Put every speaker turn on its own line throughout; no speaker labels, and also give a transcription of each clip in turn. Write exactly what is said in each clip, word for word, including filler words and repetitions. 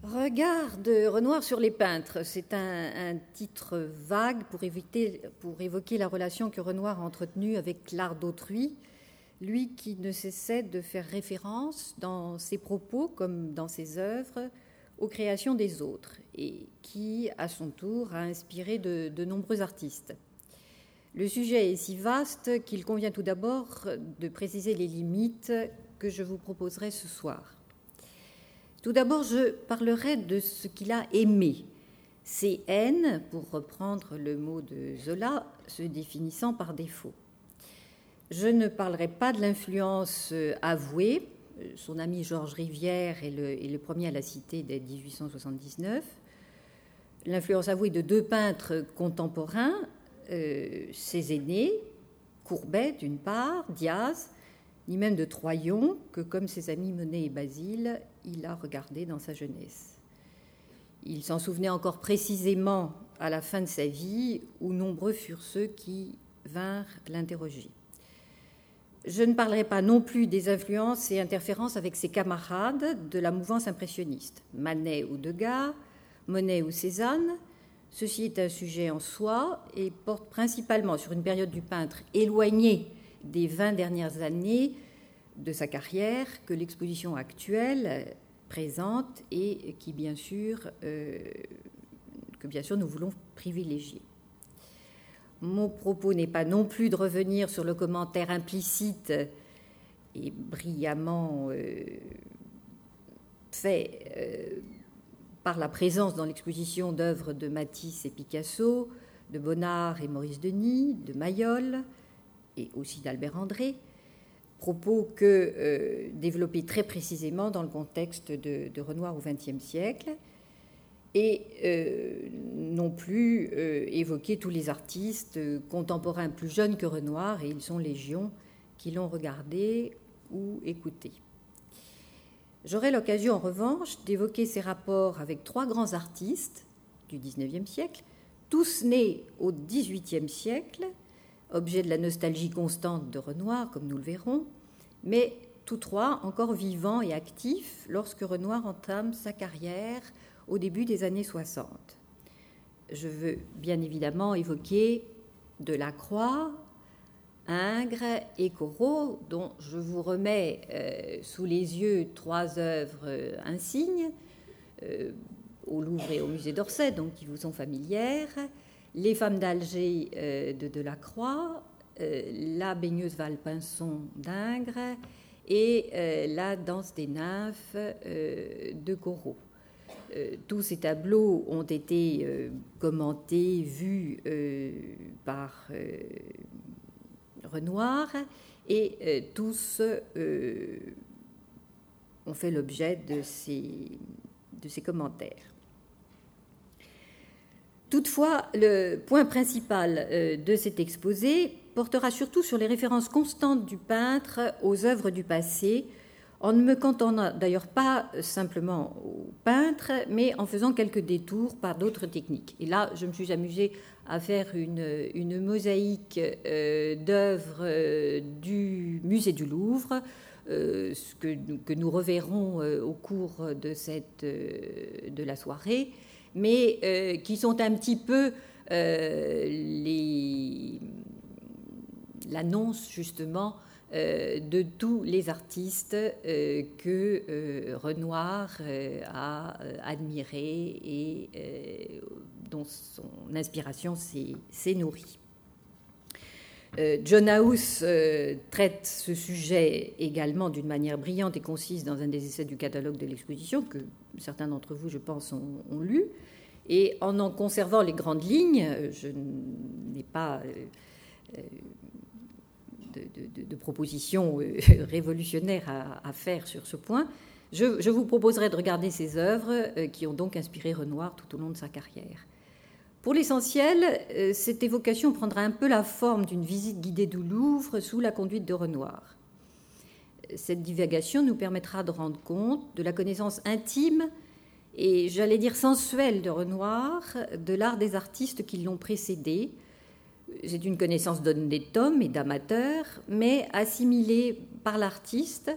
Regard de Renoir sur les peintres, c'est un, un titre vague pour, éviter, pour évoquer la relation que Renoir a entretenue avec l'art d'autrui, lui qui ne cessait de faire référence dans ses propos comme dans ses œuvres aux créations des autres et qui, à son tour, a inspiré de, de nombreux artistes. Le sujet est si vaste qu'il convient tout d'abord de préciser les limites que je vous proposerai ce soir. Tout d'abord, je parlerai de ce qu'il a aimé, ses haines, pour reprendre le mot de Zola, se définissant par défaut. Je ne parlerai pas de l'influence avouée, son ami Georges Rivière est le, est le premier à la citer dès dix-huit cent soixante-dix-neuf, l'influence avouée de deux peintres contemporains, euh, ses aînés, Courbet d'une part, Diaz, ni même de Troyon, que comme ses amis Monet et Basile, il a regardé dans sa jeunesse. Il s'en souvenait encore précisément à la fin de sa vie, où nombreux furent ceux qui vinrent l'interroger. Je ne parlerai pas non plus des influences et interférences avec ses camarades de la mouvance impressionniste, Manet ou Degas, Monet ou Cézanne. Ceci est un sujet en soi et porte principalement sur une période du peintre éloignée des vingt dernières années de sa carrière que l'exposition actuelle présente et qui, bien sûr, euh, que bien sûr nous voulons privilégier. Mon propos n'est pas non plus de revenir sur le commentaire implicite et brillamment euh, fait euh, par la présence dans l'exposition d'œuvres de Matisse et Picasso, de Bonnard et Maurice Denis, de Mayol, et aussi d'Albert André, propos que euh, développés très précisément dans le contexte de, de Renoir au vingtième siècle, et euh, non plus euh, évoquer tous les artistes euh, contemporains plus jeunes que Renoir, et ils sont légion, qui l'ont regardé ou écouté. J'aurai l'occasion, en revanche, d'évoquer ses rapports avec trois grands artistes du dix-neuvième siècle, tous nés au dix-huitième siècle, objet de la nostalgie constante de Renoir, comme nous le verrons, mais tous trois encore vivants et actifs lorsque Renoir entame sa carrière au début des années soixante. Je veux bien évidemment évoquer Delacroix, Ingres et Corot, dont je vous remets euh, sous les yeux trois œuvres euh, insignes, euh, au Louvre et au musée d'Orsay, donc qui vous sont familières. Les femmes d'Alger euh, de Delacroix, euh, la baigneuse Valpinson d'Ingres et euh, la danse des nymphes euh, de Corot. Euh, tous ces tableaux ont été euh, commentés, vus euh, par euh, Renoir et euh, tous euh, ont fait l'objet de ces, de ces commentaires. Toutefois, le point principal de cet exposé portera surtout sur les références constantes du peintre aux œuvres du passé, en ne me cantonnant d'ailleurs pas simplement au peintre, mais en faisant quelques détours par d'autres techniques. Et là, je me suis amusée à faire une, une mosaïque euh, d'œuvres euh, du musée du Louvre, euh, ce que, que nous reverrons euh, au cours de, cette, euh, de la soirée, mais euh, qui sont un petit peu euh, les, l'annonce justement euh, de tous les artistes euh, que euh, Renoir euh, a euh, admirés et euh, dont son inspiration s'est, s'est nourrie. Euh, John House euh, traite ce sujet également d'une manière brillante et concise dans un des essais du catalogue de l'exposition que certains d'entre vous, je pense, ont, ont lu. Et en en conservant les grandes lignes, je n'ai pas euh, de, de, de propositions révolutionnaires à, à faire sur ce point. Je, je vous proposerai de regarder ces œuvres qui ont donc inspiré Renoir tout au long de sa carrière. Pour l'essentiel, cette évocation prendra un peu la forme d'une visite guidée du Louvre sous la conduite de Renoir. Cette divagation nous permettra de rendre compte de la connaissance intime et, j'allais dire, sensuelle de Renoir, de l'art des artistes qui l'ont précédé. C'est une connaissance d'honnête homme et d'amateur, mais assimilée par l'artiste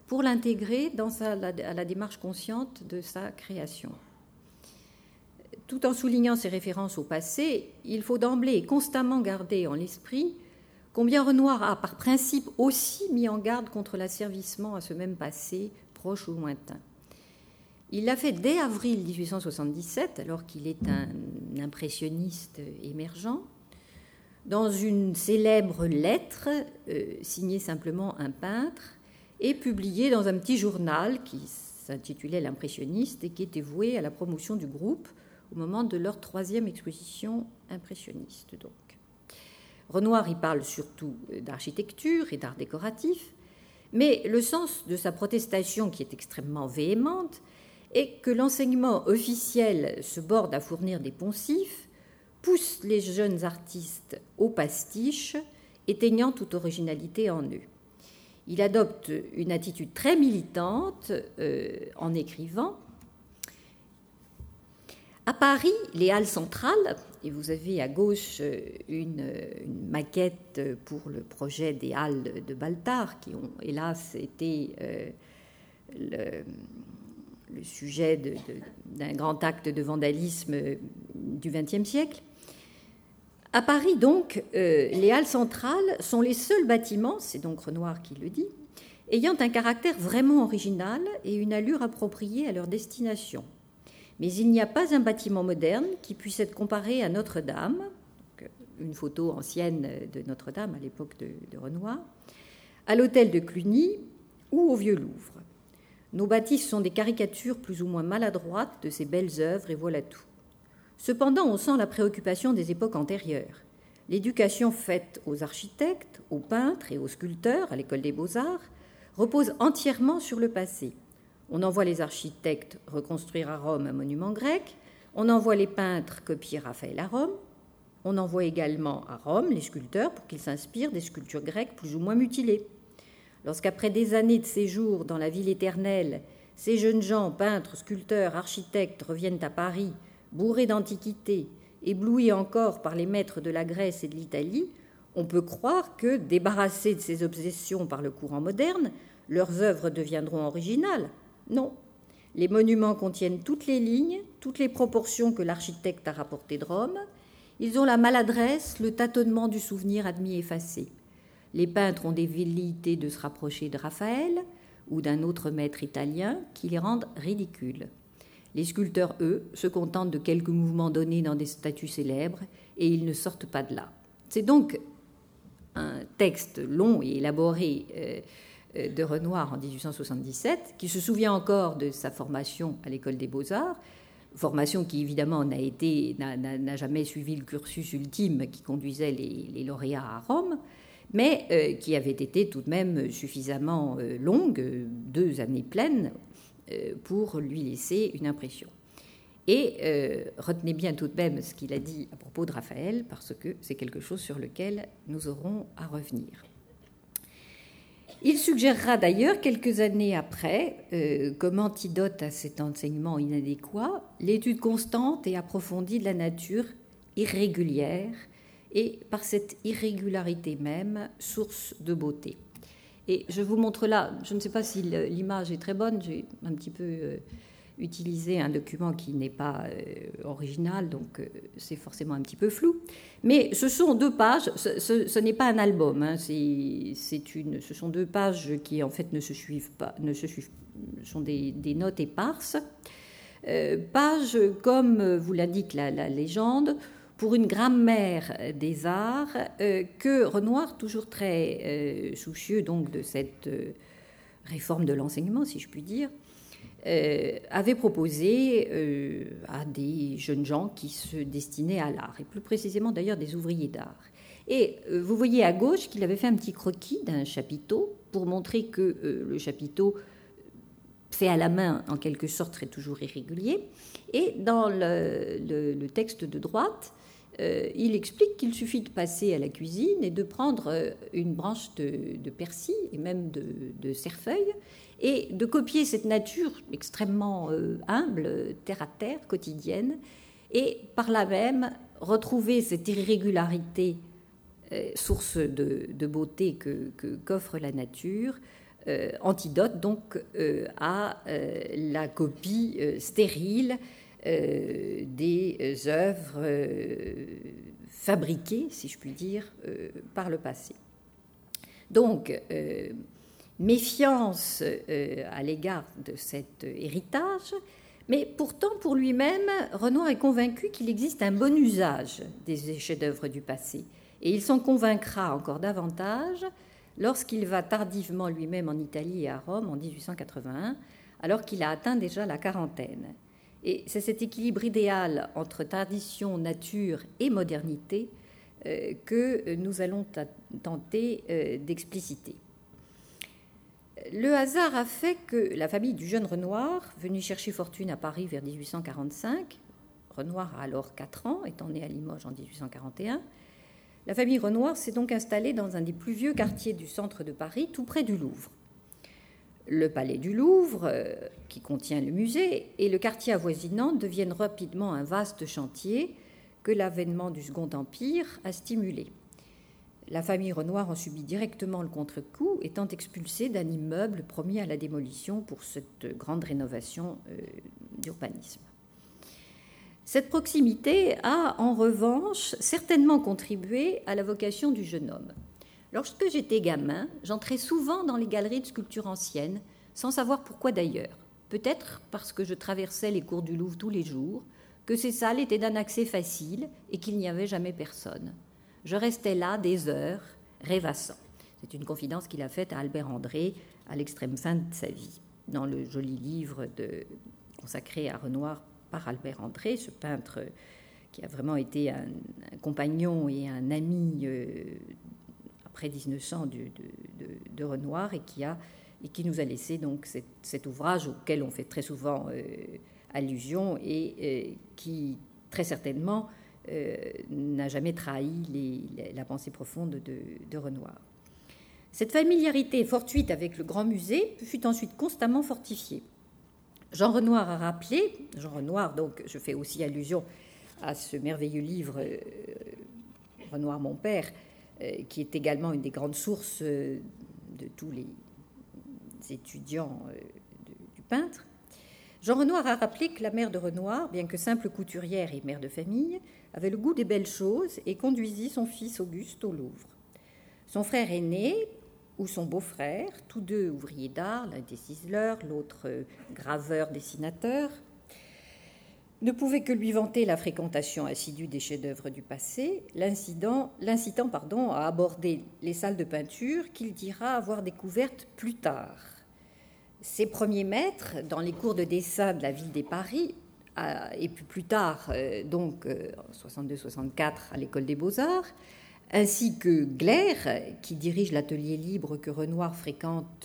pour l'intégrer dans sa, la, à la démarche consciente de sa création. Tout en soulignant ses références au passé, il faut d'emblée et constamment garder en l'esprit combien Renoir a, par principe, aussi mis en garde contre l'asservissement à ce même passé, proche ou lointain. Il l'a fait dès avril dix-huit cent soixante-dix-sept, alors qu'il est un impressionniste émergent, dans une célèbre lettre euh, signée simplement un peintre et publiée dans un petit journal qui s'intitulait L'Impressionniste et qui était voué à la promotion du groupe au moment de leur troisième exposition impressionniste. Donc. Renoir y parle surtout d'architecture et d'art décoratif, mais le sens de sa protestation, qui est extrêmement véhémente, est que l'enseignement officiel se borde à fournir des poncifs, pousse les jeunes artistes au pastiche, éteignant toute originalité en eux. Il adopte une attitude très militante euh, en écrivant. À Paris, les halles centrales, et vous avez à gauche une, une maquette pour le projet des halles de Baltard, qui ont hélas été euh, le, le sujet de, de, d'un grand acte de vandalisme du vingtième siècle. À Paris, donc, euh, les halles centrales sont les seuls bâtiments, c'est donc Renoir qui le dit, ayant un caractère vraiment original et une allure appropriée à leur destination. Mais il n'y a pas un bâtiment moderne qui puisse être comparé à Notre-Dame, une photo ancienne de Notre-Dame à l'époque de, de Renoir, à l'hôtel de Cluny ou au Vieux-Louvre. Nos bâtisses sont des caricatures plus ou moins maladroites de ces belles œuvres et voilà tout. Cependant, on sent la préoccupation des époques antérieures. L'éducation faite aux architectes, aux peintres et aux sculpteurs à l'école des beaux-arts repose entièrement sur le passé. On envoie les architectes reconstruire à Rome un monument grec, on envoie les peintres copier Raphaël à Rome, on envoie également à Rome les sculpteurs pour qu'ils s'inspirent des sculptures grecques plus ou moins mutilées. Lorsqu'après des années de séjour dans la ville éternelle, ces jeunes gens, peintres, sculpteurs, architectes, reviennent à Paris, bourrés d'antiquités, éblouis encore par les maîtres de la Grèce et de l'Italie, on peut croire que, débarrassés de ces obsessions par le courant moderne, leurs œuvres deviendront originales. Non. Les monuments contiennent toutes les lignes, toutes les proportions que l'architecte a rapportées de Rome. Ils ont la maladresse, le tâtonnement du souvenir à demi effacé. Les peintres ont des velléités de se rapprocher de Raphaël ou d'un autre maître italien qui les rendent ridicules. Les sculpteurs, eux, se contentent de quelques mouvements donnés dans des statues célèbres et ils ne sortent pas de là. C'est donc un texte long et élaboré euh, de Renoir en dix-huit cent soixante-dix-sept qui se souvient encore de sa formation à l'école des beaux-arts, formation qui évidemment n'a, été, n'a, n'a jamais suivi le cursus ultime qui conduisait les, les lauréats à Rome, mais euh, qui avait été tout de même suffisamment euh, longue, deux années pleines, pour lui laisser une impression. Et euh, retenez bien tout de même ce qu'il a dit à propos de Raphaël, parce que c'est quelque chose sur lequel nous aurons à revenir. Il suggérera d'ailleurs, quelques années après, euh, comme antidote à cet enseignement inadéquat, l'étude constante et approfondie de la nature irrégulière, et par cette irrégularité même, source de beauté. Et je vous montre là, je ne sais pas si l'image est très bonne, j'ai un petit peu euh, utilisé un document qui n'est pas euh, original, donc euh, c'est forcément un petit peu flou. Mais ce sont deux pages, ce, ce, ce n'est pas un album, hein, c'est, c'est une, ce sont deux pages qui en fait ne se suivent pas, ne se suivent, sont des, des notes éparses. Euh, pages comme vous l'indique la, la légende, pour une grammaire des arts euh, que Renoir, toujours très euh, soucieux donc de cette euh, réforme de l'enseignement, si je puis dire, euh, avait proposé euh, à des jeunes gens qui se destinaient à l'art, et plus précisément d'ailleurs des ouvriers d'art. Et euh, vous voyez à gauche qu'il avait fait un petit croquis d'un chapiteau pour montrer que euh, le chapiteau fait à la main, en quelque sorte, serait toujours irrégulier. Et dans le, le, le texte de droite, Euh, il explique qu'il suffit de passer à la cuisine et de prendre une branche de, de persil et même de, de cerfeuil et de copier cette nature extrêmement euh, humble, terre à terre, quotidienne, et par là même retrouver cette irrégularité, euh, source de, de beauté que, que, qu'offre la nature, euh, antidote donc euh, à euh, la copie euh, stérile euh, des œuvres euh, fabriquées, si je puis dire, euh, par le passé. Donc, euh, méfiance euh, à l'égard de cet héritage, mais pourtant, pour lui-même, Renoir est convaincu qu'il existe un bon usage des chefs-d'œuvre du passé. Et il s'en convaincra encore davantage lorsqu'il va tardivement lui-même en Italie et à Rome en dix-huit cent quatre-vingt-un, alors qu'il a atteint déjà la quarantaine. Et c'est cet équilibre idéal entre tradition, nature et modernité euh, que nous allons tenter euh, d'expliciter. Le hasard a fait que la famille du jeune Renoir, venu chercher fortune à Paris vers dix-huit cent quarante-cinq, Renoir a alors quatre ans, étant né à Limoges en dix-huit cent quarante et un, la famille Renoir s'est donc installée dans un des plus vieux quartiers du centre de Paris, tout près du Louvre. Le palais du Louvre, euh, qui contient le musée, et le quartier avoisinant deviennent rapidement un vaste chantier que l'avènement du Second Empire a stimulé. La famille Renoir en subit directement le contre-coup, étant expulsée d'un immeuble promis à la démolition pour cette grande rénovation euh, d'urbanisme. Cette proximité a, en revanche, certainement contribué à la vocation du jeune homme. Lorsque j'étais gamin, j'entrais souvent dans les galeries de sculptures anciennes, sans savoir pourquoi d'ailleurs. Peut-être parce que je traversais les cours du Louvre tous les jours, que ces salles étaient d'un accès facile et qu'il n'y avait jamais personne. Je restais là des heures, rêvassant. C'est une confidence qu'il a faite à Albert André à l'extrême fin de sa vie, dans le joli livre de, consacré à Renoir par Albert André, ce peintre qui a vraiment été un, un compagnon et un ami euh, après dix-neuf cents de, de, de, de Renoir et qui, a, et qui nous a laissé donc cet, cet ouvrage auquel on fait très souvent euh, allusion et euh, qui très certainement Euh, n'a jamais trahi les, la pensée profonde de, de Renoir. Cette familiarité fortuite avec le Grand Musée fut ensuite constamment fortifiée. Jean Renoir a rappelé, Jean Renoir, donc je fais aussi allusion à ce merveilleux livre euh, Renoir mon père, euh, qui est également une des grandes sources euh, de tous les étudiants euh, de, du peintre. Jean Renoir a rappelé que la mère de Renoir, bien que simple couturière et mère de famille, avait le goût des belles choses et conduisit son fils Auguste au Louvre. Son frère aîné, ou son beau-frère, tous deux ouvriers d'art, l'un des ciseleurs, l'autre graveur-dessinateur, ne pouvaient que lui vanter la fréquentation assidue des chefs-d'œuvre du passé, l'incitant, l'incitant pardon, à aborder les salles de peinture qu'il dira avoir découvertes plus tard. Ses premiers maîtres, dans les cours de dessin de la ville des Paris, et puis plus tard, donc en soixante-deux soixante-quatre, à l'École des Beaux-Arts, ainsi que Gleyre, qui dirige l'atelier libre que Renoir fréquente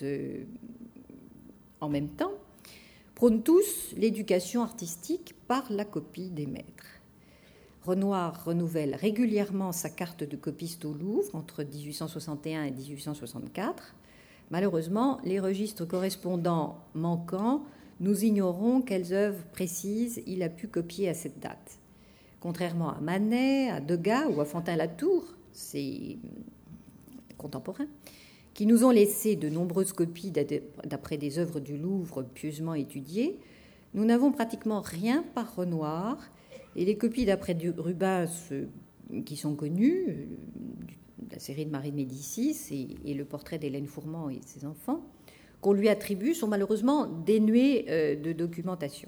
en même temps, prônent tous l'éducation artistique par la copie des maîtres. Renoir renouvelle régulièrement sa carte de copiste au Louvre entre dix-huit cent soixante et un et dix-huit cent soixante-quatre. Malheureusement, les registres correspondants manquant, nous ignorons quelles œuvres précises il a pu copier à cette date. Contrairement à Manet, à Degas ou à Fantin-Latour, ses contemporains, qui nous ont laissé de nombreuses copies d'après des œuvres du Louvre pieusement étudiées, nous n'avons pratiquement rien par Renoir, et les copies d'après Rubens qui sont connues, la série de Marie de Médicis et, et le portrait d'Hélène Fourment et ses enfants, qu'on lui attribue, sont malheureusement dénués euh, de documentation.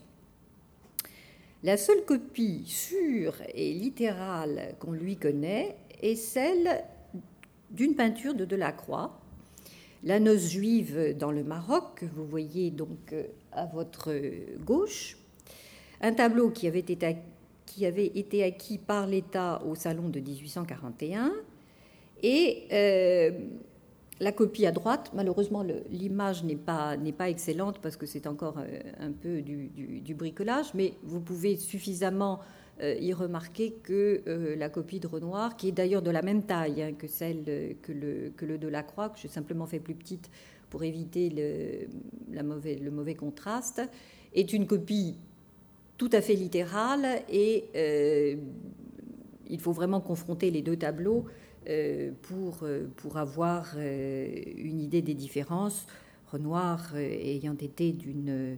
La seule copie sûre et littérale qu'on lui connaît est celle d'une peinture de Delacroix, La noce juive dans le Maroc, que vous voyez donc à votre gauche, un tableau qui avait été, qui avait été acquis par l'État au salon de dix-huit cent quarante et un, et euh, la copie à droite, malheureusement le, l'image n'est pas, n'est pas excellente parce que c'est encore un peu du, du, du bricolage, mais vous pouvez suffisamment euh, y remarquer que euh, la copie de Renoir, qui est d'ailleurs de la même taille hein, que celle de, que, le, que le Delacroix, que j'ai simplement fait plus petite pour éviter le, la mauvais, le mauvais contraste, est une copie tout à fait littérale et euh, il faut vraiment confronter les deux tableaux pour, pour avoir une idée des différences. Renoir ayant été d'une, euh,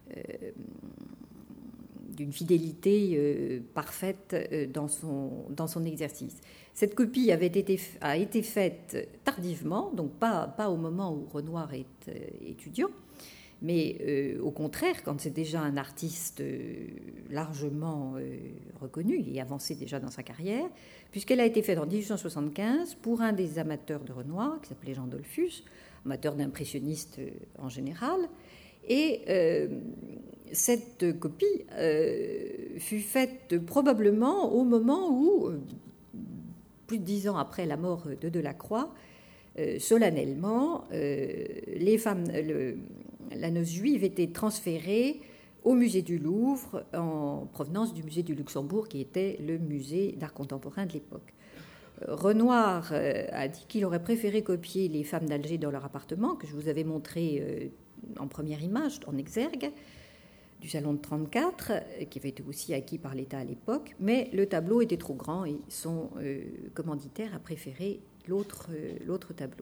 d'une fidélité euh, parfaite dans son, dans son exercice. Cette copie avait été, a été faite tardivement, donc pas, pas au moment où Renoir est euh, étudiant, mais euh, au contraire, quand c'est déjà un artiste euh, largement euh, reconnu et avancé déjà dans sa carrière, puisqu'elle a été faite en dix-huit cent soixante-quinze pour un des amateurs de Renoir, qui s'appelait Jean Dollfus, amateur d'impressionnistes euh, en général. Et euh, cette copie euh, fut faite probablement au moment où, euh, plus de dix ans après la mort de Delacroix, euh, solennellement, euh, les femmes... Le, la noce juive était transférée au musée du Louvre en provenance du musée du Luxembourg, qui était le musée d'art contemporain de l'époque. Renoir a dit qu'il aurait préféré copier les femmes d'Alger dans leur appartement, que je vous avais montré en première image, en exergue, du salon de trente-quatre, qui avait été aussi acquis par l'État à l'époque, mais le tableau était trop grand et son commanditaire a préféré l'autre, l'autre tableau.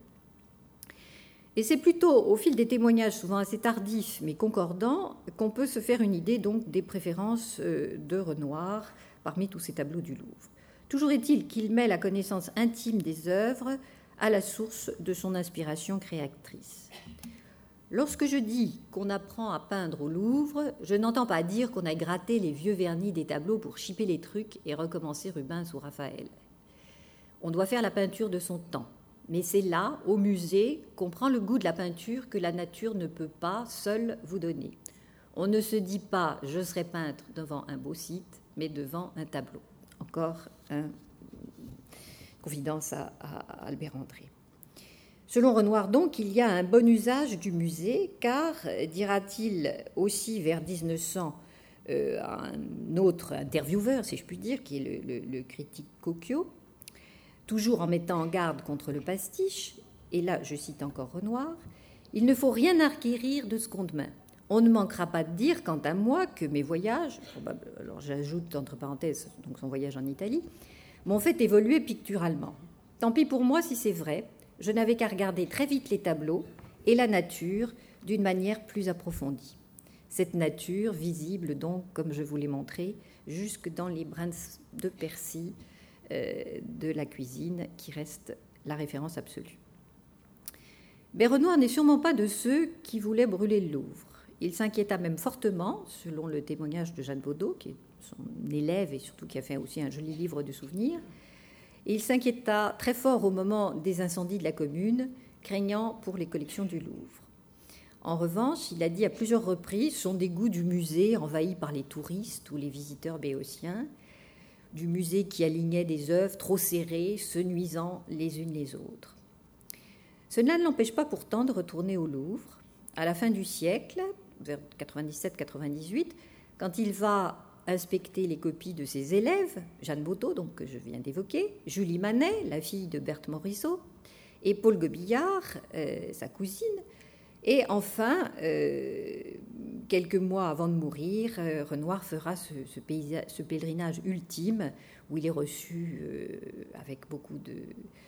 Et c'est plutôt au fil des témoignages, souvent assez tardifs mais concordants, qu'on peut se faire une idée donc des préférences de Renoir parmi tous ces tableaux du Louvre. Toujours est-il qu'il met la connaissance intime des œuvres à la source de son inspiration créatrice. Lorsque je dis qu'on apprend à peindre au Louvre, je n'entends pas dire qu'on a gratté les vieux vernis des tableaux pour chipper les trucs et recommencer Rubens ou Raphaël. On doit faire la peinture de son temps. Mais c'est là, au musée, qu'on prend le goût de la peinture que la nature ne peut pas seule vous donner. On ne se dit pas « je serai peintre devant un beau site », mais devant un tableau. Encore une confidence à, à Albert André. Selon Renoir, donc, il y a un bon usage du musée, car, dira-t-il aussi vers dix-neuf cents, euh, un autre intervieweur, si je puis dire, qui est le, le, le critique Cocchio, toujours en mettant en garde contre le pastiche, et là je cite encore Renoir, « Il ne faut rien acquérir de seconde main. On ne manquera pas de dire, quant à moi, que mes voyages, alors j'ajoute entre parenthèses donc son voyage en Italie, m'ont fait évoluer picturalement. Tant pis pour moi si c'est vrai, je n'avais qu'à regarder très vite les tableaux et la nature d'une manière plus approfondie. Cette nature, visible donc, comme je vous l'ai montré, jusque dans les brins de persil, de la cuisine, qui reste la référence absolue. Mais Renoir n'est sûrement pas de ceux qui voulaient brûler le Louvre. Il s'inquiéta même fortement, selon le témoignage de Jeanne Baudot, qui est son élève et surtout qui a fait aussi un joli livre de souvenirs. Et il s'inquiéta très fort au moment des incendies de la Commune, craignant pour les collections du Louvre. En revanche, il a dit à plusieurs reprises son dégoût du musée envahi par les touristes ou les visiteurs béotiens, du musée qui alignait des œuvres trop serrées, se nuisant les unes les autres. Cela ne l'empêche pas pourtant de retourner au Louvre. À la fin du siècle, vers quatre-vingt-dix-sept quatre-vingt-dix-huit, quand il va inspecter les copies de ses élèves, Jeanne Baudot, donc, que je viens d'évoquer, Julie Manet, la fille de Berthe Morisot, et Paul Gobillard, euh, sa cousine, et enfin, euh, quelques mois avant de mourir, euh, Renoir fera ce, ce, paysa- ce pèlerinage ultime où il est reçu euh, avec beaucoup de,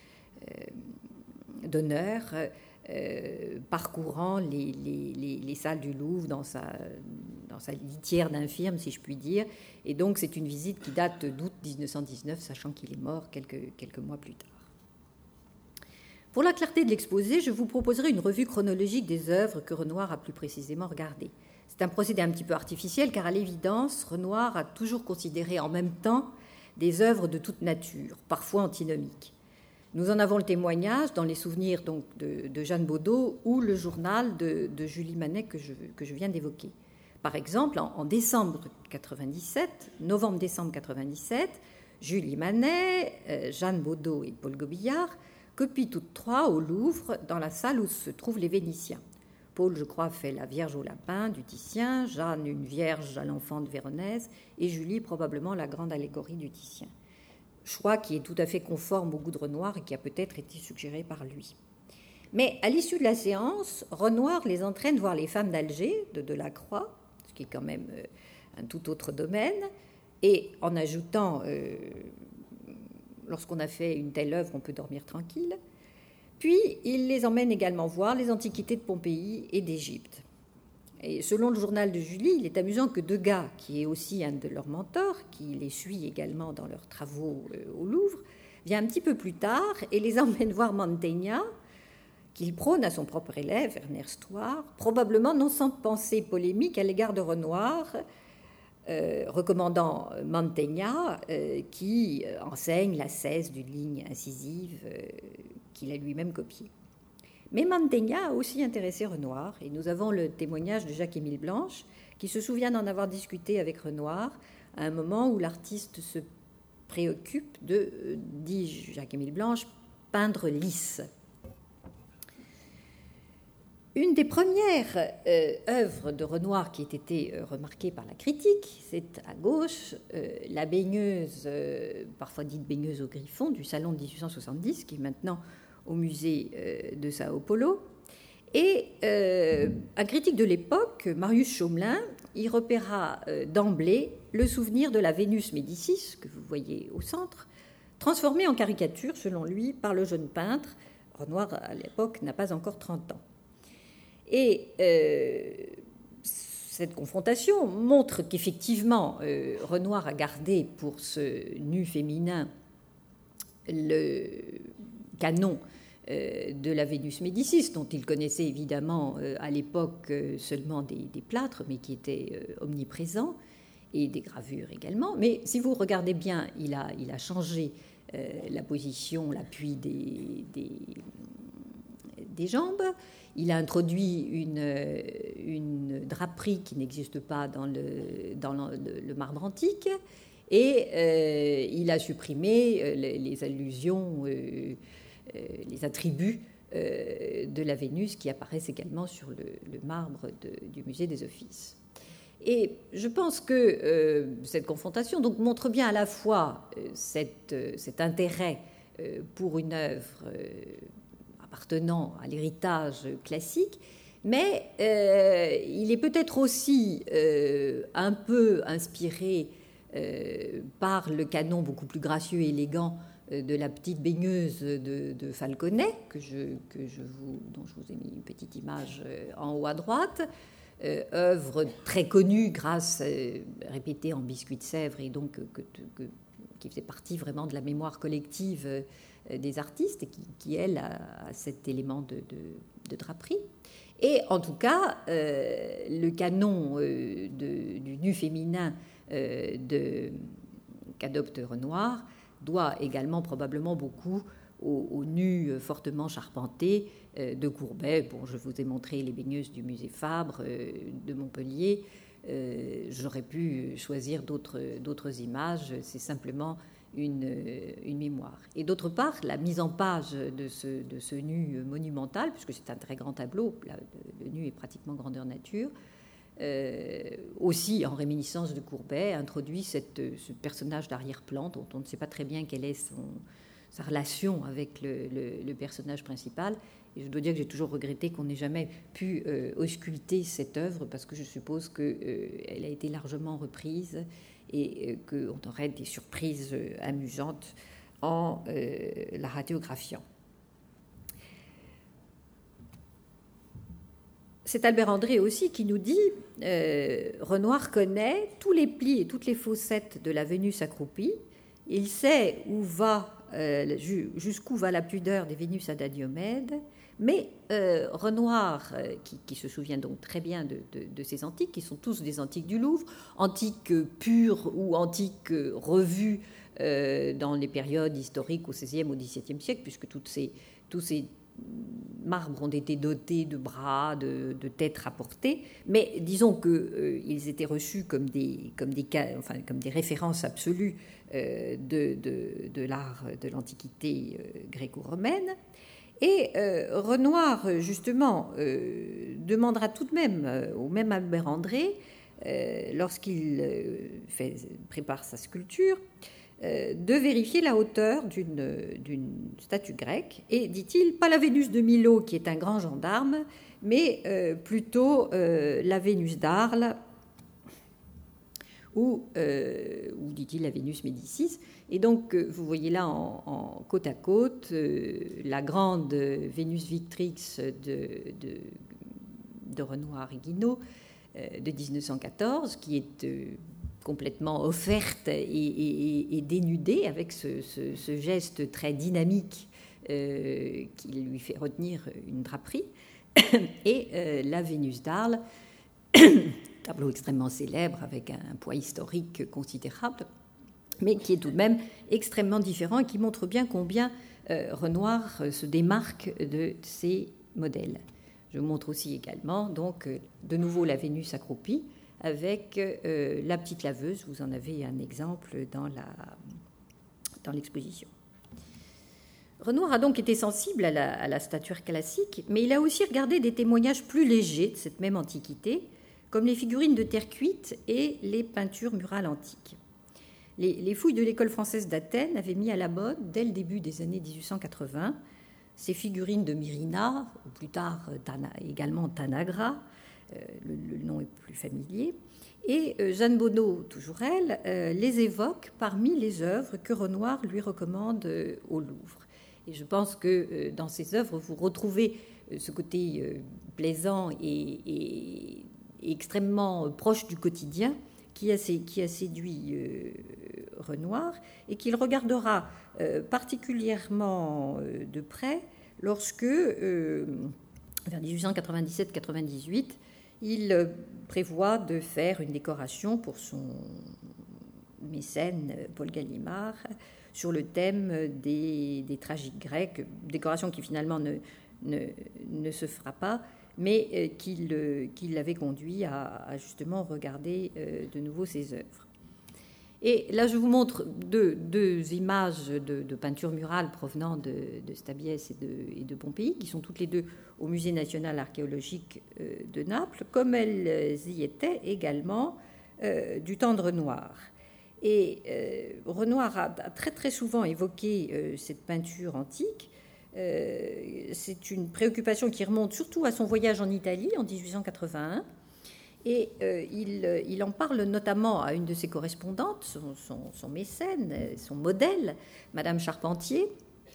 euh, d'honneur, euh, parcourant les, les, les, les salles du Louvre dans sa, dans sa litière d'infirme, si je puis dire. Et donc, c'est une visite qui date d'août dix-neuf cent dix-neuf, sachant qu'il est mort quelques, quelques mois plus tard. Pour la clarté de l'exposé, je vous proposerai une revue chronologique des œuvres que Renoir a plus précisément regardées. C'est un procédé un petit peu artificiel, car à l'évidence, Renoir a toujours considéré en même temps des œuvres de toute nature, parfois antinomiques. Nous en avons le témoignage dans les souvenirs donc, de, de Jeanne Baudot ou le journal de, de Julie Manet que je, que je viens d'évoquer. Par exemple, en, en décembre quatre-vingt-dix-sept, novembre-décembre quatre-vingt-dix-sept, Julie Manet, euh, Jeanne Baudot et Paul Gobillard copient toutes trois au Louvre, dans la salle où se trouvent les Vénitiens. Paul, je crois, fait la Vierge au lapin du Titien, Jeanne une Vierge à l'enfant de Véronèse, et Julie probablement la grande allégorie du Titien. Choix qui est tout à fait conforme au goût de Renoir et qui a peut-être été suggéré par lui. Mais à l'issue de la séance, Renoir les entraîne voir les femmes d'Alger, de Delacroix, ce qui est quand même un tout autre domaine, et en ajoutant... Euh, Lorsqu'on a fait une telle œuvre, on peut dormir tranquille. Puis il les emmène également voir les antiquités de Pompéi et d'Égypte. Et selon le journal de Julie, il est amusant que Degas, qui est aussi un de leurs mentors, qui les suit également dans leurs travaux au Louvre, vient un petit peu plus tard et les emmène voir Mantegna, qu'il prône à son propre élève, Ernest Thouars, probablement non sans pensée polémique à l'égard de Renoir, euh, recommandant Mantegna, euh, qui enseigne la cesse d'une ligne incisive euh, qu'il a lui-même copiée. Mais Mantegna a aussi intéressé Renoir, et nous avons le témoignage de Jacques-Émile Blanche, qui se souvient d'en avoir discuté avec Renoir à un moment où l'artiste se préoccupe de, dit Jacques-Émile Blanche, peindre lisse. Une des premières euh, œuvres de Renoir qui ait été euh, remarquée par la critique, c'est à gauche euh, la baigneuse, euh, parfois dite baigneuse au griffon, du salon de dix-huit cent soixante-dix, qui est maintenant au musée euh, de Sao Paulo. Et euh, un critique de l'époque, Marius Chaumelin, y repéra euh, d'emblée le souvenir de la Vénus Médicis, que vous voyez au centre, transformée en caricature, selon lui, par le jeune peintre. Renoir, à l'époque, n'a pas encore trente ans. Et euh, cette confrontation montre qu'effectivement, euh, Renoir a gardé pour ce nu féminin le canon euh, de la Vénus Médicis, dont il connaissait évidemment euh, à l'époque euh, seulement des, des plâtres, mais qui étaient euh, omniprésents, et des gravures également. Mais si vous regardez bien, il a, il a changé euh, la position, l'appui des, des, des jambes. Il a introduit une, une draperie qui n'existe pas dans le, dans le, le marbre antique, et euh, il a supprimé euh, les, les allusions, euh, euh, les attributs euh, de la Vénus qui apparaissent également sur le, le marbre de, du musée des Offices. Et je pense que euh, cette confrontation donc, montre bien à la fois euh, cette, euh, cet intérêt euh, pour une œuvre euh, appartenant à l'héritage classique, mais euh, il est peut-être aussi euh, un peu inspiré euh, par le canon beaucoup plus gracieux et élégant euh, de la petite baigneuse de, de Falconet, que je, que je vous, dont je vous ai mis une petite image euh, en haut à droite, euh, œuvre très connue grâce, euh, répétée en biscuit de Sèvres, et donc que, que, qui faisait partie vraiment de la mémoire collective euh, des artistes, et qui, qui elle, a, a cet élément de, de, de draperie. Et en tout cas, euh, le canon euh, de, du nu féminin euh, de, qu'adopte Renoir doit également probablement beaucoup au, au nu fortement charpenté euh, de Courbet. Bon, je vous ai montré les baigneuses du musée Fabre euh, de Montpellier. Euh, j'aurais pu choisir d'autres, d'autres images, c'est simplement Une, une mémoire. Et d'autre part, la mise en page de ce, de ce nu monumental, puisque c'est un très grand tableau, là, le, le nu est pratiquement grandeur nature, euh, aussi en réminiscence de Courbet, introduit cette, ce personnage d'arrière-plan dont on ne sait pas très bien quelle est son, sa relation avec le, le, le personnage principal. Et je dois dire que j'ai toujours regretté qu'on n'ait jamais pu euh, ausculter cette œuvre, parce que je suppose qu'elle euh, a été largement reprise et qu'on aurait des surprises amusantes en euh, la radiographiant. C'est Albert André aussi qui nous dit euh, Renoir connaît tous les plis et toutes les fossettes de la Vénus accroupie. Il sait où va, euh, jusqu'où va la pudeur des Vénus Adagiomèdes. Mais euh, Renoir, euh, qui, qui se souvient donc très bien de, de, de ces antiques, qui sont tous des antiques du Louvre, antiques pures ou antiques revues euh, dans les périodes historiques au seizième, au dix-septième siècle, puisque toutes ces, tous ces marbres ont été dotés de bras, de, de têtes rapportées, mais disons qu'ils euh, étaient reçus comme des, comme des, enfin, comme des références absolues euh, de, de, de l'art de l'Antiquité euh, gréco-romaine. Et euh, Renoir, justement, euh, demandera tout de même euh, au même Albert André, euh, lorsqu'il euh, fait, prépare sa sculpture, euh, de vérifier la hauteur d'une, d'une statue grecque. Et, dit-il, pas la Vénus de Milo, qui est un grand gendarme, mais euh, plutôt euh, la Vénus d'Arles, ou, euh, ou dit-il la Vénus Médicis. Et donc, vous voyez là en, en côte à côte euh, la grande Vénus Victrix de, de, de Renoir et Guinaud euh, de dix-neuf cent quatorze, qui est euh, complètement offerte et, et, et dénudée avec ce, ce, ce geste très dynamique euh, qui lui fait retenir une draperie, et euh, la Vénus d'Arles, tableau extrêmement célèbre avec un poids historique considérable, mais qui est tout de même extrêmement différent et qui montre bien combien euh, Renoir se démarque de ces modèles. Je vous montre aussi également, donc, de nouveau la Vénus accroupie avec euh, la petite laveuse. Vous en avez un exemple dans, la, dans l'exposition. Renoir a donc été sensible à la, à la statuaire classique, mais il a aussi regardé des témoignages plus légers de cette même antiquité, comme les figurines de terre cuite et les peintures murales antiques. Les, les fouilles de l'école française d'Athènes avaient mis à la mode, dès le début des années dix-huit cent quatre-vingts, ces figurines de Myrina, ou plus tard Tana, également Tanagra, euh, le, le nom est plus familier, et euh, Jeanne Bonneau, toujours elle, euh, les évoque parmi les œuvres que Renoir lui recommande euh, au Louvre. Et je pense que euh, dans ces œuvres, vous retrouvez euh, ce côté euh, plaisant et, et, et extrêmement proche du quotidien qui a, qui a séduit euh, Renoir et qu'il regardera euh, particulièrement euh, de près lorsque, euh, vers dix-huit cent quatre-vingt-dix-sept quatre-vingt-dix-huit, il euh, prévoit de faire une décoration pour son mécène Paul Gallimard sur le thème des, des tragiques grecs, décoration qui finalement ne, ne, ne se fera pas, mais euh, qui, le, qui l'avait conduit à, à justement regarder euh, de nouveau ses œuvres. Et là, je vous montre deux, deux images de, de peinture murale provenant de, de Stabiès et de, et de Pompéi, qui sont toutes les deux au Musée national archéologique euh, de Naples, comme elles y étaient également euh, du temps de Renoir. Et euh, Renoir a, a très très souvent évoqué euh, cette peinture antique. Euh, c'est une préoccupation qui remonte surtout à son voyage en Italie en dix-huit cent quatre-vingt-un. Et euh, il, il en parle notamment à une de ses correspondantes, son, son, son mécène, son modèle, Madame Charpentier,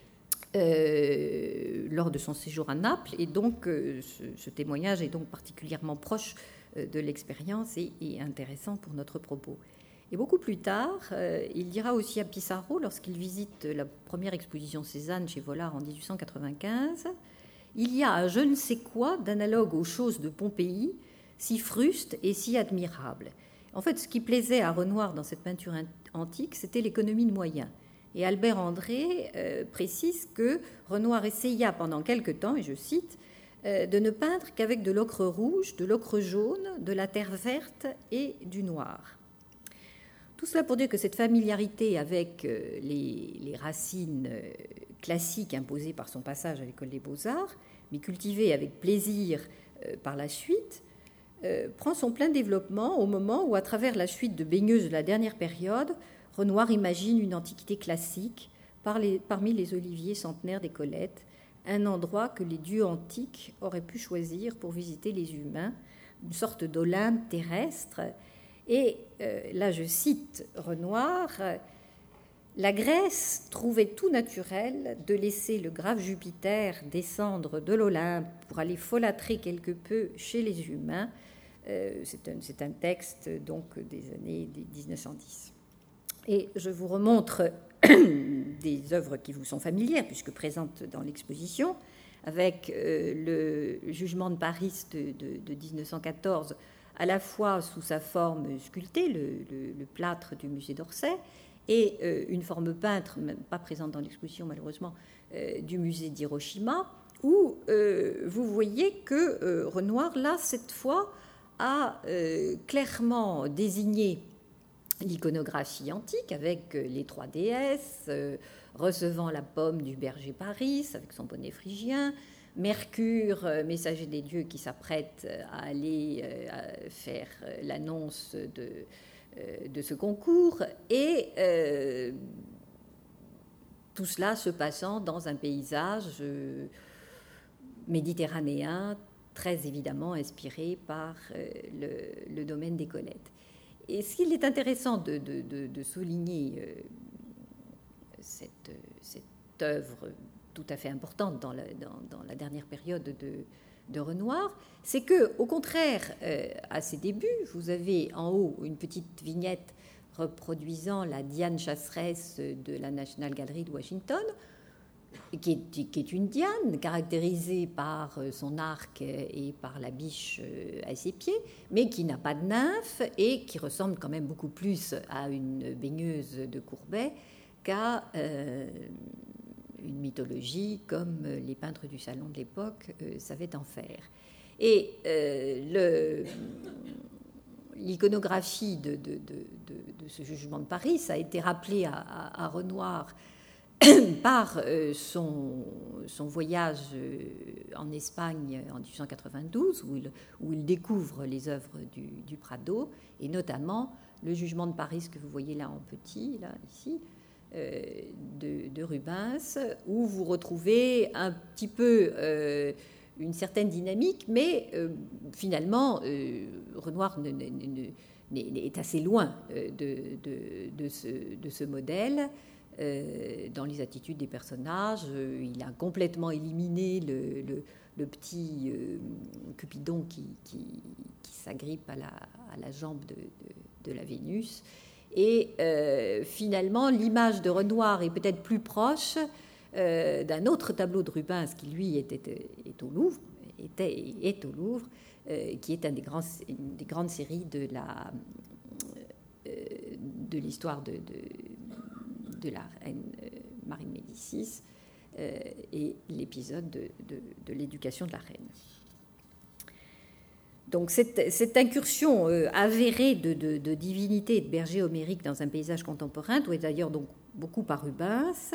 euh, lors de son séjour à Naples. Et donc, euh, ce, ce témoignage est donc particulièrement proche euh, de l'expérience et, et intéressant pour notre propos. Et beaucoup plus tard, euh, il dira aussi à Pissarro, lorsqu'il visite la première exposition Cézanne chez Vollard en dix-huit cent quatre-vingt-quinze, il y a un je ne sais quoi d'analogue aux choses de Pompéi, si fruste et si admirable. En fait, ce qui plaisait à Renoir dans cette peinture antique, c'était l'économie de moyens. Et Albert André euh, précise que Renoir essaya pendant quelque temps, et je cite, euh, de ne peindre qu'avec de l'ocre rouge, de l'ocre jaune, de la terre verte et du noir. Tout cela pour dire que cette familiarité avec euh, les, les racines euh, classiques imposées par son passage à l'École des Beaux-Arts, mais cultivée avec plaisir euh, par la suite, Euh, prend son plein développement au moment où, à travers la suite de baigneuses de la dernière période, Renoir imagine une antiquité classique par les, parmi les oliviers centenaires des Colettes, un endroit que les dieux antiques auraient pu choisir pour visiter les humains, une sorte d'Olympe terrestre. Et euh, là, je cite Renoir, « La Grèce trouvait tout naturel de laisser le grave Jupiter descendre de l'Olympe pour aller folâtrer quelque peu chez les humains. » Euh, c'est, un, c'est un texte donc des années dix-neuf cent dix. Et je vous remontre des œuvres qui vous sont familières, puisque présentes dans l'exposition, avec euh, le jugement de Paris de, de, de dix-neuf cent quatorze, à la fois sous sa forme sculptée, le, le, le plâtre du musée d'Orsay, et euh, une forme peintre, même pas présente dans l'exposition malheureusement, euh, du musée d'Hiroshima, où euh, vous voyez que euh, Renoir, là, cette fois, a euh, clairement désigné l'iconographie antique avec euh, les trois déesses, euh, recevant la pomme du berger Paris avec son bonnet phrygien, Mercure, euh, messager des dieux qui s'apprête à aller euh, à faire euh, l'annonce de, euh, de ce concours, et euh, tout cela se passant dans un paysage euh, méditerranéen, très évidemment inspiré par euh, le, le domaine des Colettes. Et ce qu'il est intéressant de, de, de, de souligner euh, cette, cette œuvre tout à fait importante dans la, dans, dans la dernière période de, de Renoir, c'est que, au contraire, euh, à ses débuts, vous avez en haut une petite vignette reproduisant la Diane chasseresse de la National Gallery de Washington, qui est, qui est une Diane caractérisée par son arc et par la biche à ses pieds, mais qui n'a pas de nymphe et qui ressemble quand même beaucoup plus à une baigneuse de Courbet qu'à euh, une mythologie comme les peintres du salon de l'époque euh, savaient en faire. Et euh, le, l'iconographie de, de, de, de, de ce jugement de Paris, ça a été rappelé à, à, à Renoir par euh, son, son voyage euh, en Espagne en dix-huit cent quatre-vingt-douze, où il, où il découvre les œuvres du, du Prado, et notamment le jugement de Paris que vous voyez là en petit, là, ici, euh, de, de Rubens, où vous retrouvez un petit peu euh, une certaine dynamique, mais euh, finalement, euh, Renoir ne, ne, ne, est assez loin de, de, de, ce, de ce modèle. Euh, dans les attitudes des personnages, euh, il a complètement éliminé le, le, le petit euh, Cupidon qui, qui, qui s'agrippe à la, à la jambe de, de, de la Vénus. Et euh, finalement, l'image de Renoir est peut-être plus proche euh, d'un autre tableau de Rubens qui, lui, était, est au Louvre, était, est au Louvre, euh, qui est un des grands, une des grandes séries de, la, euh, de l'histoire de, de de la reine Marie de Médicis euh, et l'épisode de, de, de l'éducation de la reine. Donc cette, cette incursion euh, avérée de, de, de divinité et de berger homérique dans un paysage contemporain doit d'ailleurs donc beaucoup par Rubens.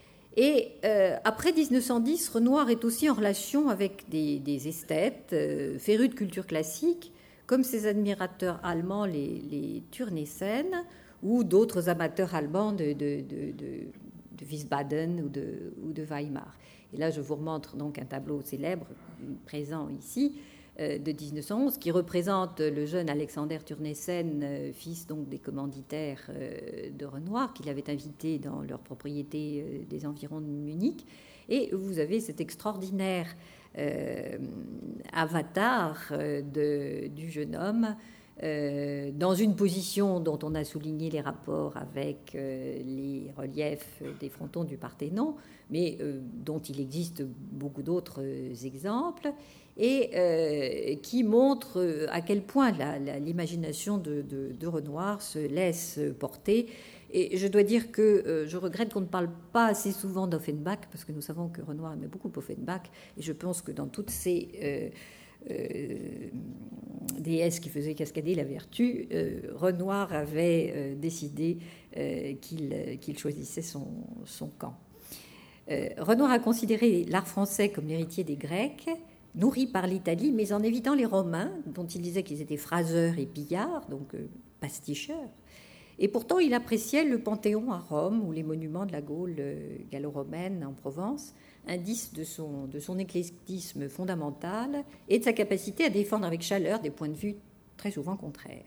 Et euh, après dix-neuf cent dix, Renoir est aussi en relation avec des, des esthètes euh, férus de culture classique, comme ses admirateurs allemands, les, les Turnessen, ou d'autres amateurs allemands de, de, de, de, de Wiesbaden ou de, ou de Weimar. Et là, je vous remontre donc un tableau célèbre présent ici euh, de dix-neuf cent onze qui représente le jeune Alexander Turnessen, euh, fils donc des commanditaires euh, de Renoir, qu'il avait invité dans leur propriété euh, des environs de Munich. Et vous avez cet extraordinaire euh, avatar euh, de, du jeune homme, Euh, dans une position dont on a souligné les rapports avec euh, les reliefs des frontons du Parthénon, mais euh, dont il existe beaucoup d'autres exemples, et euh, qui montre à quel point la, la, l'imagination de, de, de Renoir se laisse porter. Et je dois dire que euh, je regrette qu'on ne parle pas assez souvent d'Offenbach, parce que nous savons que Renoir aimait beaucoup Offenbach, et je pense que dans toutes ces... Euh, Euh, déesse qui faisait cascader la vertu, euh, Renoir avait euh, décidé euh, qu'il, euh, qu'il choisissait son, son camp. Euh, Renoir a considéré l'art français comme l'héritier des Grecs, nourri par l'Italie, mais en évitant les Romains, dont il disait qu'ils étaient phraseurs et pillards, donc euh, pasticheurs. Et pourtant, il appréciait le Panthéon à Rome ou les monuments de la Gaule euh, gallo-romaine en Provence, indice de son, de son éclectisme fondamental et de sa capacité à défendre avec chaleur des points de vue très souvent contraires.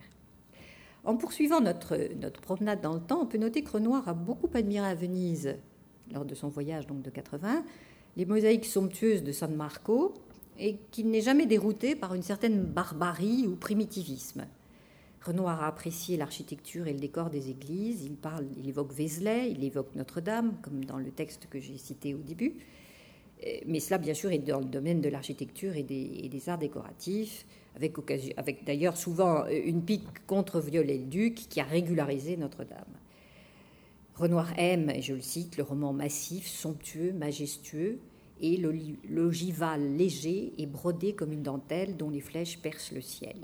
En poursuivant notre, notre promenade dans le temps, on peut noter que Renoir a beaucoup admiré à Venise, lors de son voyage donc de quatre-vingts, les mosaïques somptueuses de San Marco, et qu'il n'est jamais dérouté par une certaine barbarie ou primitivisme. Renoir a apprécié l'architecture et le décor des églises, il, parle, il évoque Vézelay, il évoque Notre-Dame, comme dans le texte que j'ai cité au début. Mais cela, bien sûr, est dans le domaine de l'architecture et des, et des arts décoratifs, avec, occasion, avec d'ailleurs souvent une pique contre Viollet-le-Duc qui a régularisé Notre-Dame. Renoir aime, et je le cite, le roman massif, somptueux, majestueux, et l'ogival léger et brodé comme une dentelle dont les flèches percent le ciel.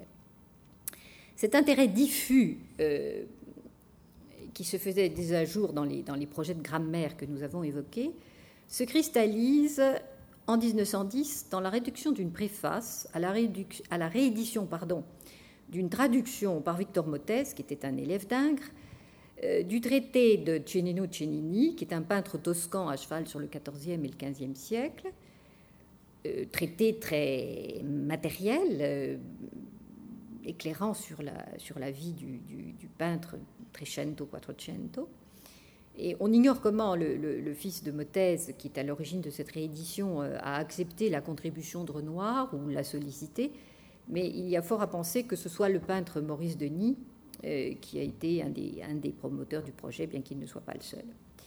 Cet intérêt diffus euh, qui se faisait dès à jour dans les, dans les projets de grammaire que nous avons évoqués se cristallise en dix-neuf cent dix dans la réduction d'une préface à la, réduc- à la réédition pardon, d'une traduction par Victor Motès, qui était un élève d'Ingres, euh, du traité de Cennino Cennini, qui est un peintre toscan à cheval sur le quatorzième et le quinzième siècle, euh, traité très matériel, euh, éclairant sur la, sur la vie du, du, du peintre Trecento Quattrocento. Et on ignore comment le, le, le fils de Mottèse, qui est à l'origine de cette réédition, a accepté la contribution de Renoir ou l'a sollicité, mais il y a fort à penser que ce soit le peintre Maurice Denis euh, qui a été un des, un des promoteurs du projet, bien qu'il ne soit pas le seul.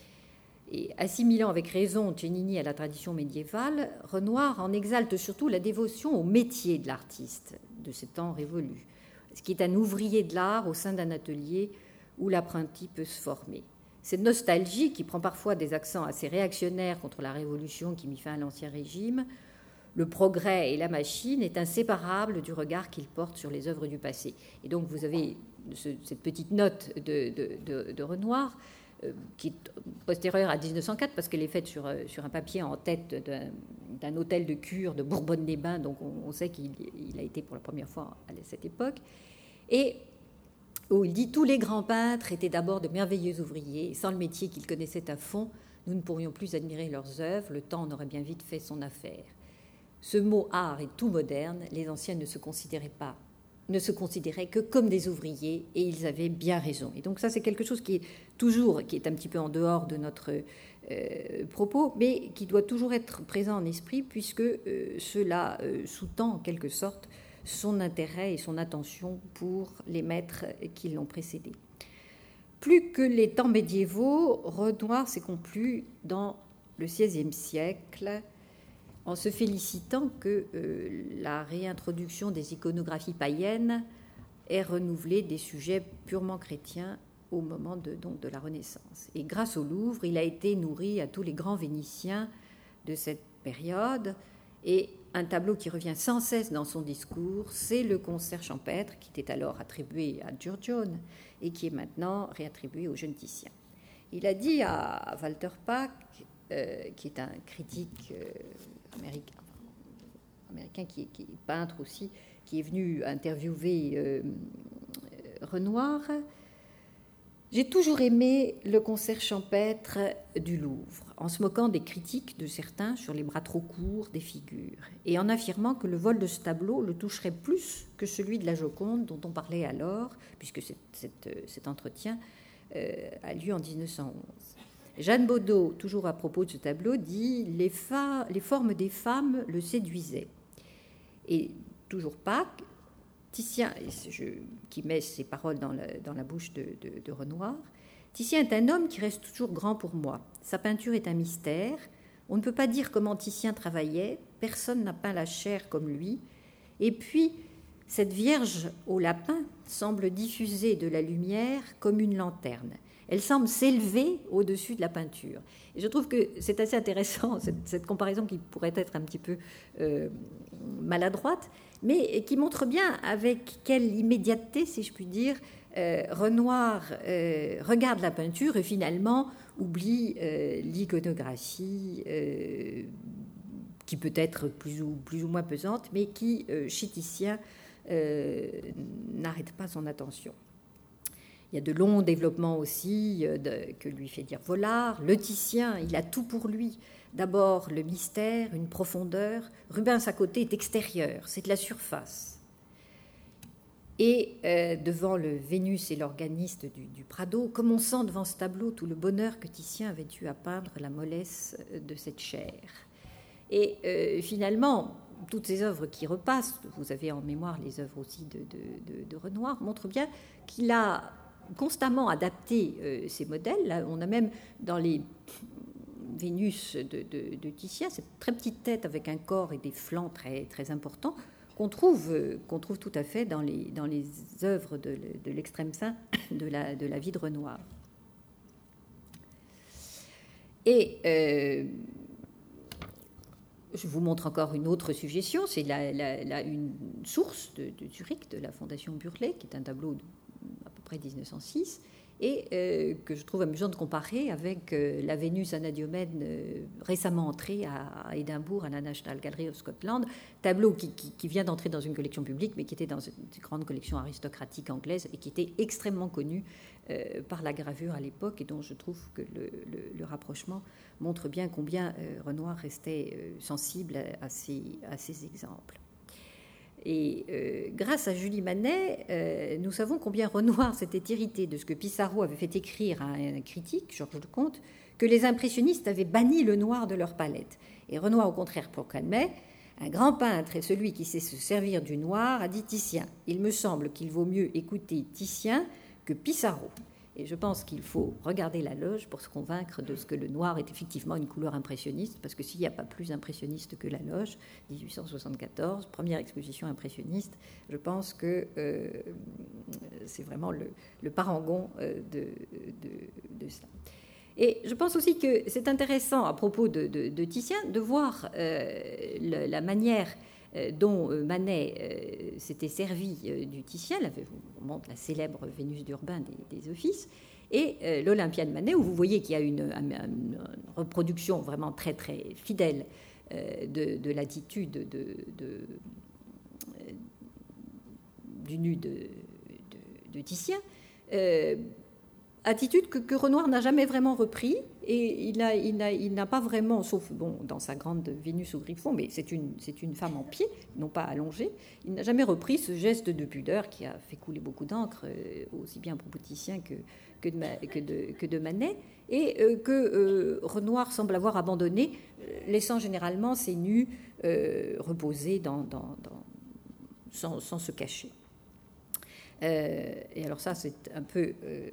Et assimilant avec raison Cennini à la tradition médiévale, Renoir en exalte surtout la dévotion au métier de l'artiste de ces temps révolus, ce qui est un ouvrier de l'art au sein d'un atelier où l'apprenti peut se former. Cette nostalgie, qui prend parfois des accents assez réactionnaires contre la révolution qui mit fin à l'Ancien Régime, le progrès et la machine, est inséparable du regard qu'il porte sur les œuvres du passé. Et donc vous avez ce, cette petite note de, de, de, de Renoir, euh, qui est postérieure à dix-neuf cent quatre, parce qu'elle est faite sur, sur un papier en tête d'un, d'un hôtel de cure de Bourbonne-les-Bains, donc on, on sait qu'il il a été pour la première fois à cette époque. Et où il dit « Tous les grands peintres étaient d'abord de merveilleux ouvriers, et sans le métier qu'ils connaissaient à fond, nous ne pourrions plus admirer leurs œuvres, le temps en aurait bien vite fait son affaire. Ce mot art est tout moderne, les anciens ne se considéraient pas, ne se considéraient que comme des ouvriers, et ils avaient bien raison. » Et donc ça, c'est quelque chose qui est toujours, qui est un petit peu en dehors de notre euh, propos, mais qui doit toujours être présent en esprit, puisque euh, cela euh, sous-tend en quelque sorte son intérêt et son attention pour les maîtres qui l'ont précédé. Plus que les temps médiévaux, Renoir s'est conclu dans le seizième siècle en se félicitant que euh, la réintroduction des iconographies païennes ait renouvelé des sujets purement chrétiens au moment de, donc, de la Renaissance. Et grâce au Louvre, il a été nourri à tous les grands Vénitiens de cette période. Et un tableau qui revient sans cesse dans son discours, c'est le concert champêtre qui était alors attribué à Giorgione et qui est maintenant réattribué au jeune Titien. Il a dit à Walter Pack, euh, qui est un critique euh, américain, américain qui, qui est peintre aussi, qui est venu interviewer euh, Renoir, « J'ai toujours aimé le concert champêtre du Louvre, en se moquant des critiques de certains sur les bras trop courts des figures, et en affirmant que le vol de ce tableau le toucherait plus que celui de la Joconde dont on parlait alors, puisque cette, cette, cet entretien euh, a lieu en dix-neuf cent onze. Jeanne Bodot, toujours à propos de ce tableau, dit « Les, fa- les formes des femmes le séduisaient ». Et toujours pas... Titien, je, qui met ses paroles dans la, dans la bouche de, de, de Renoir, Titien est un homme qui reste toujours grand pour moi. Sa peinture est un mystère. On ne peut pas dire comment Titien travaillait. Personne n'a peint la chair comme lui. Et puis, cette Vierge au lapin semble diffuser de la lumière comme une lanterne. Elle semble s'élever au-dessus de la peinture. Et je trouve que c'est assez intéressant, cette, cette comparaison qui pourrait être un petit peu euh, maladroite, mais qui montre bien avec quelle immédiateté, si je puis dire, euh, Renoir euh, regarde la peinture et finalement oublie euh, l'iconographie, euh, qui peut être plus ou, plus ou moins pesante, mais qui, euh, chez Titien, euh, n'arrête pas son attention. Il y a de longs développements aussi euh, de, que lui fait dire Vollard. Le Titien, il a tout pour lui. D'abord le mystère, une profondeur. Rubens à côté est extérieur, c'est de la surface. Et euh, devant le Vénus et l'organiste du, du Prado, comme on sent devant ce tableau tout le bonheur que Titien avait eu à peindre la mollesse de cette chair. Et euh, finalement, toutes ces œuvres qui repassent, vous avez en mémoire les œuvres aussi de, de, de, de Renoir, montrent bien qu'il a constamment adapté euh, ces modèles. Là, on a même dans les Vénus de, de, de Titien cette très petite tête avec un corps et des flancs très, très importants qu'on trouve, euh, qu'on trouve tout à fait dans les, dans les œuvres de, de l'extrême fin de la, de la vie de Renoir. Et euh, je vous montre encore une autre suggestion, c'est la, la, la, une source de, de Zurich, de la Fondation Burlet, qui est un tableau de à peu près dix-neuf cent six, et euh, que je trouve amusant de comparer avec euh, la Vénus Anadyomène euh, récemment entrée à, à Édimbourg, à la National Gallery of Scotland, tableau qui, qui, qui vient d'entrer dans une collection publique, mais qui était dans une grande collection aristocratique anglaise et qui était extrêmement connue euh, par la gravure à l'époque, et dont je trouve que le, le, le rapprochement montre bien combien euh, Renoir restait euh, sensible à, à, ces, à ces exemples. Et euh, grâce à Julie Manet, euh, nous savons combien Renoir s'était irrité de ce que Pissarro avait fait écrire à un critique, Georges Lecomte, que les impressionnistes avaient banni le noir de leur palette. Et Renoir, au contraire, proclamait « Un grand peintre est celui qui sait se servir du noir, a dit Titien. Il me semble qu'il vaut mieux écouter Titien que Pissarro. » Et je pense qu'il faut regarder la loge pour se convaincre de ce que le noir est effectivement une couleur impressionniste, parce que s'il n'y a pas plus impressionniste que la loge, dix-huit cent soixante-quatorze, première exposition impressionniste, je pense que euh, c'est vraiment le, le parangon euh, de, de, de ça. Et je pense aussi que c'est intéressant, à propos de, de, de Titien, de voir euh, le, la manière dont Manet euh, s'était servi euh, du Titien, là, on montre la célèbre Vénus d'Urbain des, des Offices, et euh, l'Olympia de Manet, où vous voyez qu'il y a une, une, une reproduction vraiment très très fidèle euh, de, de l'attitude de, de, de, du nu de, de, de Titien, euh, attitude que, que Renoir n'a jamais vraiment repris, et il n'a il n'a, il n'a pas vraiment, sauf bon, dans sa grande Vénus au griffon, mais c'est une, c'est une femme en pied, non pas allongée, il n'a jamais repris ce geste de pudeur qui a fait couler beaucoup d'encre, euh, aussi bien pour Titien que, que, de, que, de, que de Manet, et euh, que euh, Renoir semble avoir abandonné, laissant généralement ses nus euh, reposer dans, dans, dans, sans, sans se cacher. Euh, et alors ça, c'est un peu... Euh,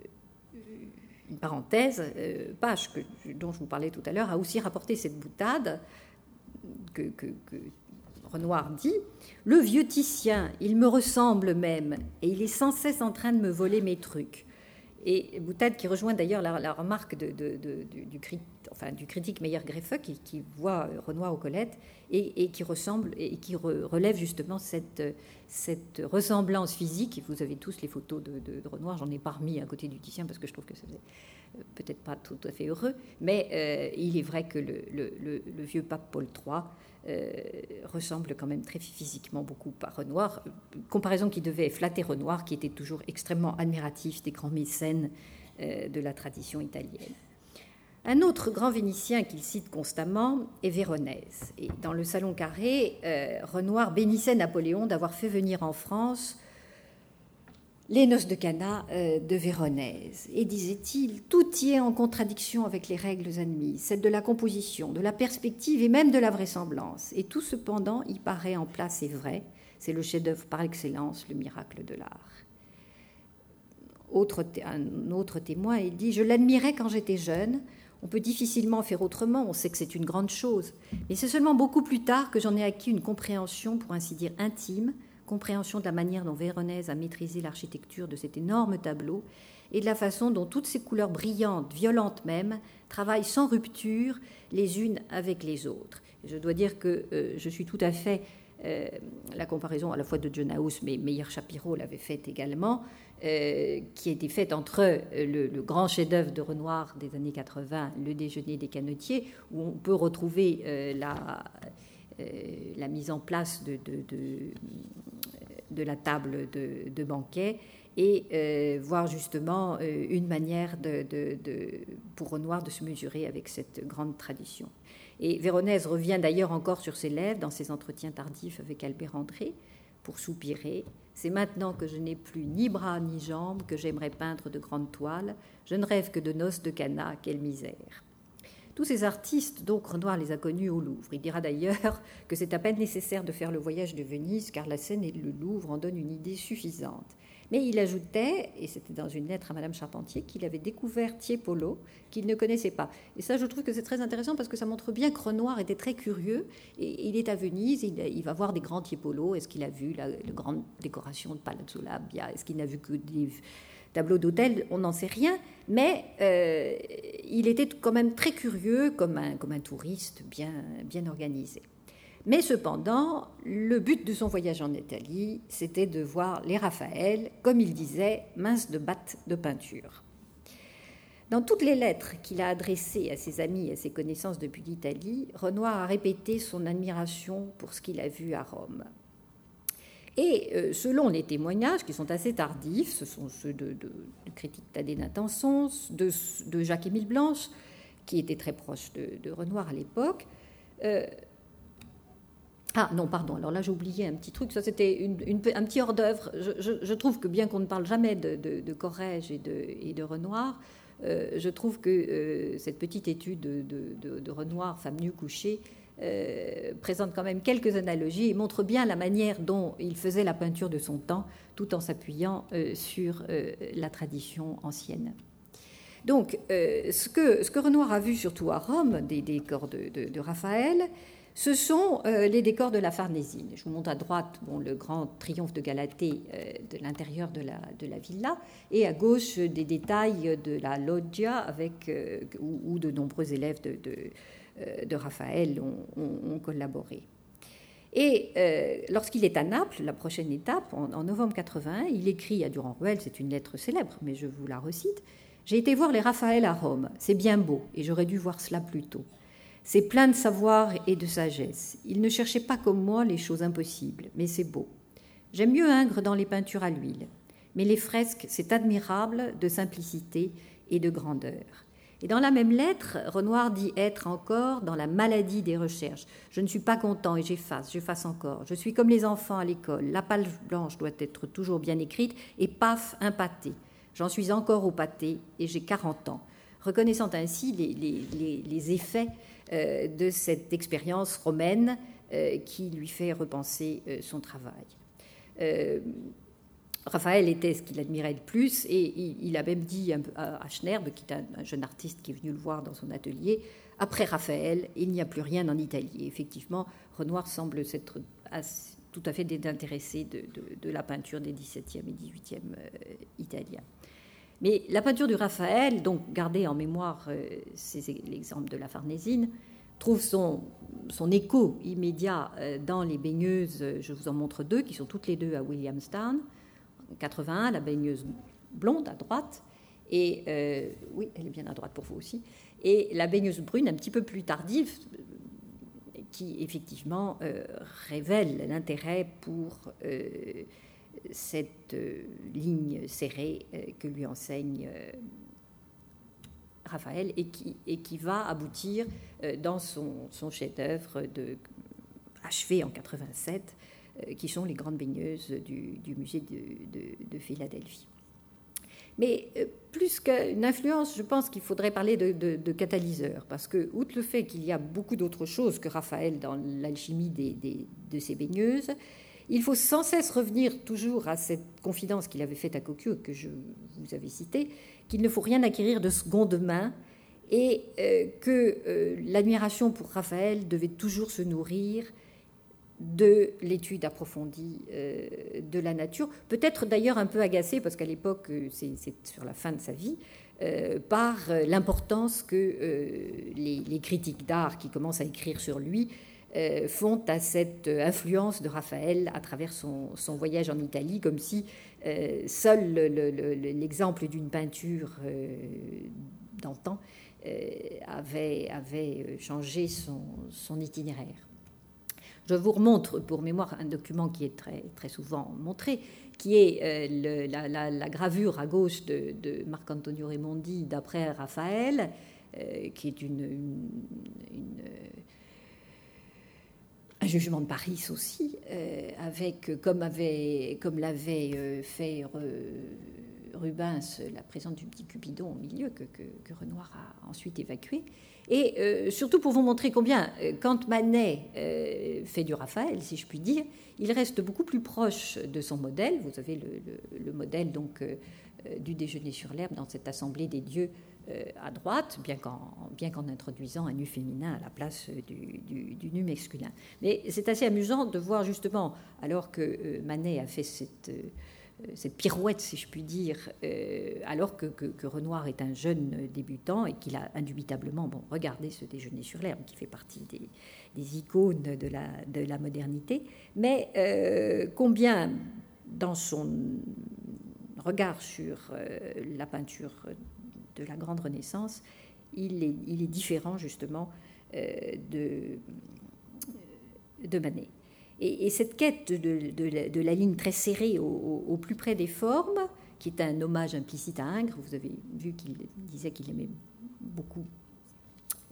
une parenthèse, euh, Pache, que, dont je vous parlais tout à l'heure, a aussi rapporté cette boutade que, que, que Renoir dit « Le vieux Titien, il me ressemble même, et il est sans cesse en train de me voler mes trucs. » Et boutade qui rejoint d'ailleurs la, la remarque de, de, de, du, du, crit, enfin, du critique Meyer-Greffeux qui, qui voit Renoir aux Colettes et, et qui ressemble et qui re, relève justement cette, cette ressemblance physique. Et vous avez tous les photos de, de, de Renoir, j'en ai pas remis à côté du Titien parce que je trouve que ça faisait peut-être pas tout à fait heureux, mais euh, il est vrai que le, le, le, le vieux pape Paul trois euh, ressemble quand même très physiquement beaucoup à Renoir, comparaison qui devait flatter Renoir, qui était toujours extrêmement admiratif des grands mécènes euh, de la tradition italienne. Un autre grand Vénitien qu'il cite constamment est Véronèse. Et dans le Salon Carré, euh, Renoir bénissait Napoléon d'avoir fait venir en France les noces de Cana euh, de Véronèse. Et disait-il, tout y est en contradiction avec les règles admises, celles de la composition, de la perspective et même de la vraisemblance. Et tout cependant y paraît en place et vrai. C'est le chef-d'œuvre par excellence, le miracle de l'art. Autre, un autre témoin, il dit « Je l'admirais quand j'étais jeune. On peut difficilement faire autrement, on sait que c'est une grande chose. Mais c'est seulement beaucoup plus tard que j'en ai acquis une compréhension, pour ainsi dire intime, compréhension de la manière dont Véronèse a maîtrisé l'architecture de cet énorme tableau et de la façon dont toutes ces couleurs brillantes, violentes même, travaillent sans rupture les unes avec les autres. » Et je dois dire que euh, je suis tout à fait... Euh, la comparaison à la fois de John House, mais Meyer-Shapiro l'avait faite également, euh, qui a été faite entre le, le grand chef-d'œuvre de Renoir des années quatre-vingts, Le déjeuner des canotiers, où on peut retrouver euh, la, euh, la mise en place de, de, de, de la table de, de banquet, et euh, voir justement euh, une manière de, de, de, pour Renoir de se mesurer avec cette grande tradition. Et Véronèse revient d'ailleurs encore sur ses lèvres dans ses entretiens tardifs avec Albert André pour soupirer. « C'est maintenant que je n'ai plus ni bras ni jambes que j'aimerais peindre de grandes toiles. Je ne rêve que de noces de Cana, quelle misère !» Tous ces artistes, donc, Renoir les a connus au Louvre. Il dira d'ailleurs que c'est à peine nécessaire de faire le voyage de Venise, car la Seine et le Louvre en donnent une idée suffisante. Mais il ajoutait, et c'était dans une lettre à Madame Charpentier, qu'il avait découvert Tiepolo, qu'il ne connaissait pas. Et ça, je trouve que c'est très intéressant parce que ça montre bien que Renoir était très curieux. Et il est à Venise, il, il va voir des grands Tiepolo. Est-ce qu'il a vu la, la grande décoration de Palazzo Labbia? Est-ce qu'il n'a vu que des tableaux d'hôtel? On n'en sait rien. Mais euh, il était quand même très curieux, comme un, comme un touriste bien, bien organisé. Mais cependant, le but de son voyage en Italie, c'était de voir les Raphaël, comme il disait, minces de batte de peinture. Dans toutes les lettres qu'il a adressées à ses amis et à ses connaissances depuis l'Italie, Renoir a répété son admiration pour ce qu'il a vu à Rome. Et euh, selon les témoignages, qui sont assez tardifs, ce sont ceux de, de, du critique Thaddée d'Intenson, de, de Jacques-Émile Blanche, qui était très proche de, de Renoir à l'époque, euh, Ah non, pardon, alors là j'ai oublié un petit truc, ça c'était une, une, un petit hors-d'œuvre. Je, je, je trouve que bien qu'on ne parle jamais de, de, de Corrège et de, et de Renoir, euh, je trouve que euh, cette petite étude de, de, de Renoir, Femme nue couchée, euh, présente quand même quelques analogies et montre bien la manière dont il faisait la peinture de son temps, tout en s'appuyant euh, sur euh, la tradition ancienne. Donc, euh, ce, que, ce que Renoir a vu surtout à Rome, des décors de, de, de Raphaël, ce sont euh, les décors de la Farnésine. Je vous montre à droite bon, le grand triomphe de Galatée euh, de l'intérieur de la, de la villa, et à gauche des détails de la loggia avec, euh, où, où de nombreux élèves de, de, euh, de Raphaël ont, ont, ont collaboré. Et euh, lorsqu'il est à Naples, la prochaine étape, en, en novembre quatre-vingt-un, il écrit à Durand-Ruel, c'est une lettre célèbre, mais je vous la recite. « J'ai été voir les Raphaël à Rome. C'est bien beau, et j'aurais dû voir cela plus tôt. C'est plein de savoir et de sagesse. Ils ne cherchaient pas comme moi les choses impossibles, mais c'est beau. J'aime mieux Ingres dans les peintures à l'huile. Mais les fresques, c'est admirable de simplicité et de grandeur. » Et dans la même lettre, Renoir dit être encore dans la maladie des recherches. Je ne suis pas content et j'efface, j'efface encore. Je suis comme les enfants à l'école. La page blanche doit être toujours bien écrite et paf, un pâté. J'en suis encore au pâté et j'ai quarante ans. Reconnaissant ainsi les, les, les, les effets euh, de cette expérience romaine euh, qui lui fait repenser euh, son travail. Euh, Raphaël était ce qu'il admirait le plus, et il, il a même dit à Schnerb, qui est un, un jeune artiste qui est venu le voir dans son atelier, « Après Raphaël, il n'y a plus rien en Italie. » Et effectivement, Renoir semble s'être assez, tout à fait désintéressé de, de, de la peinture des dix-septième et dix-huitième euh, italiens. Mais la peinture du Raphaël, donc gardée en mémoire, euh, c'est l'exemple de la Farnésine, trouve son, son écho immédiat euh, dans les baigneuses. Je vous en montre deux, qui sont toutes les deux à Williamstown. En quatre-vingt-un, la baigneuse blonde à droite, et euh, oui, elle est bien à droite pour vous aussi, et la baigneuse brune un petit peu plus tardive, qui effectivement euh, révèle l'intérêt pour euh, cette euh, ligne serrée euh, que lui enseigne euh, Raphaël et qui, et qui va aboutir euh, dans son, son chef-d'œuvre de, achevé en quatre-vingt-sept, euh, qui sont les grandes baigneuses du, du musée de, de, de Philadelphie. Mais euh, plus qu'une influence, je pense qu'il faudrait parler de, de, de catalyseur, parce que, outre le fait qu'il y a beaucoup d'autres choses que Raphaël dans l'alchimie des, des, de ces baigneuses, il faut sans cesse revenir toujours à cette confidence qu'il avait faite à Coquio, que je vous avais citée, qu'il ne faut rien acquérir de seconde main, et euh, que euh, l'admiration pour Raphaël devait toujours se nourrir de l'étude approfondie euh, de la nature, peut-être d'ailleurs un peu agacé, parce qu'à l'époque, c'est, c'est sur la fin de sa vie, euh, par l'importance que euh, les, les critiques d'art qui commencent à écrire sur lui euh, font à cette influence de Raphaël à travers son, son voyage en Italie, comme si euh, seul le, le, le, l'exemple d'une peinture euh, d'antan euh, avait, avait changé son, son itinéraire. Je vous remontre pour mémoire un document qui est très, très souvent montré, qui est euh, le, la, la, la gravure à gauche de, de Marc-Antonio Raimondi d'après Raphaël, euh, qui est une, une, une, un jugement de Paris aussi, euh, avec, comme, avait, comme l'avait euh, fait Rubens, la présence du petit Cupidon au milieu, que, que, que Renoir a ensuite évacué. Et euh, surtout pour vous montrer combien, euh, quand Manet euh, fait du Raphaël, si je puis dire, il reste beaucoup plus proche de son modèle. Vous avez le, le, le modèle donc, euh, du déjeuner sur l'herbe dans cette assemblée des dieux euh, à droite, bien qu'en, bien qu'en introduisant un nu féminin à la place du, du, du nu masculin. Mais c'est assez amusant de voir justement, alors que euh, Manet a fait cette... Euh, cette pirouette, si je puis dire, euh, alors que, que, que Renoir est un jeune débutant et qu'il a indubitablement bon, regardé ce déjeuner sur l'herbe, qui fait partie des, des icônes de la, de la modernité, mais euh, combien, dans son regard sur euh, la peinture de la Grande Renaissance, il est, il est différent justement euh, de, de Manet. Et, et cette quête de, de, la, de la ligne très serrée au, au, au plus près des formes, qui est un hommage implicite à Ingres, vous avez vu qu'il disait qu'il aimait beaucoup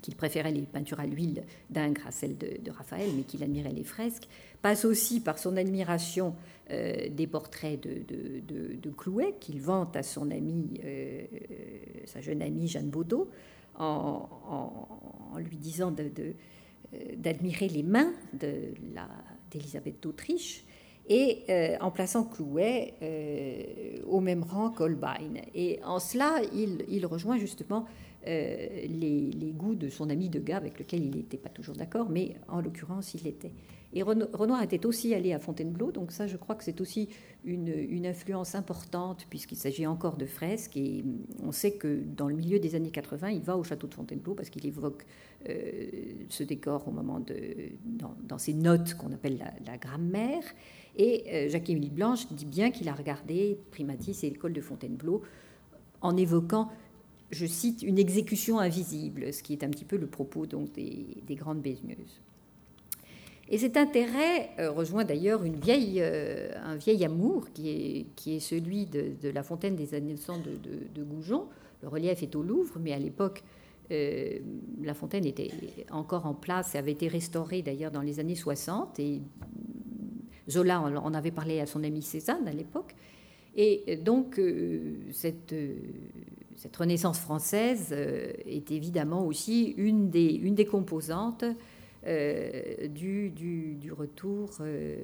qu'il préférait les peintures à l'huile d'Ingres à celles de, de Raphaël, mais qu'il admirait les fresques, passe aussi par son admiration euh, des portraits de, de, de, de Clouet, qu'il vante à son amie, euh, sa jeune amie Jeanne Baudot, en, en, en lui disant de, de, d'admirer les mains de la, d'Élisabeth d'Autriche, et euh, en plaçant Clouet euh, au même rang qu'Holbein. Et en cela, il, il rejoint justement euh, les, les goûts de son ami Degas, avec lequel il n'était pas toujours d'accord, mais en l'occurrence, il l'était. Et Renoir était aussi allé à Fontainebleau, donc ça, je crois que c'est aussi une, une influence importante, puisqu'il s'agit encore de fresques, et on sait que dans le milieu des années quatre-vingts, il va au château de Fontainebleau, parce qu'il évoque euh, ce décor au moment de, dans, dans ses notes qu'on appelle la, la grammaire. Et euh, Jacques-Émile Blanche dit bien qu'il a regardé Primatis et l'école de Fontainebleau en évoquant, je cite, une exécution invisible, ce qui est un petit peu le propos donc, des, des grandes baigneuses. Et cet intérêt euh, rejoint d'ailleurs une vieille, euh, un vieil amour qui est, qui est celui de, de la fontaine des années cent de, de, de Goujon. Le relief est au Louvre, mais à l'époque, euh, la fontaine était encore en place et avait été restaurée d'ailleurs dans les années soixante. Et Zola en avait parlé à son ami Cézanne à l'époque. Et donc, euh, cette, euh, cette Renaissance française euh, est évidemment aussi une des, une des composantes euh, du, du, du retour euh,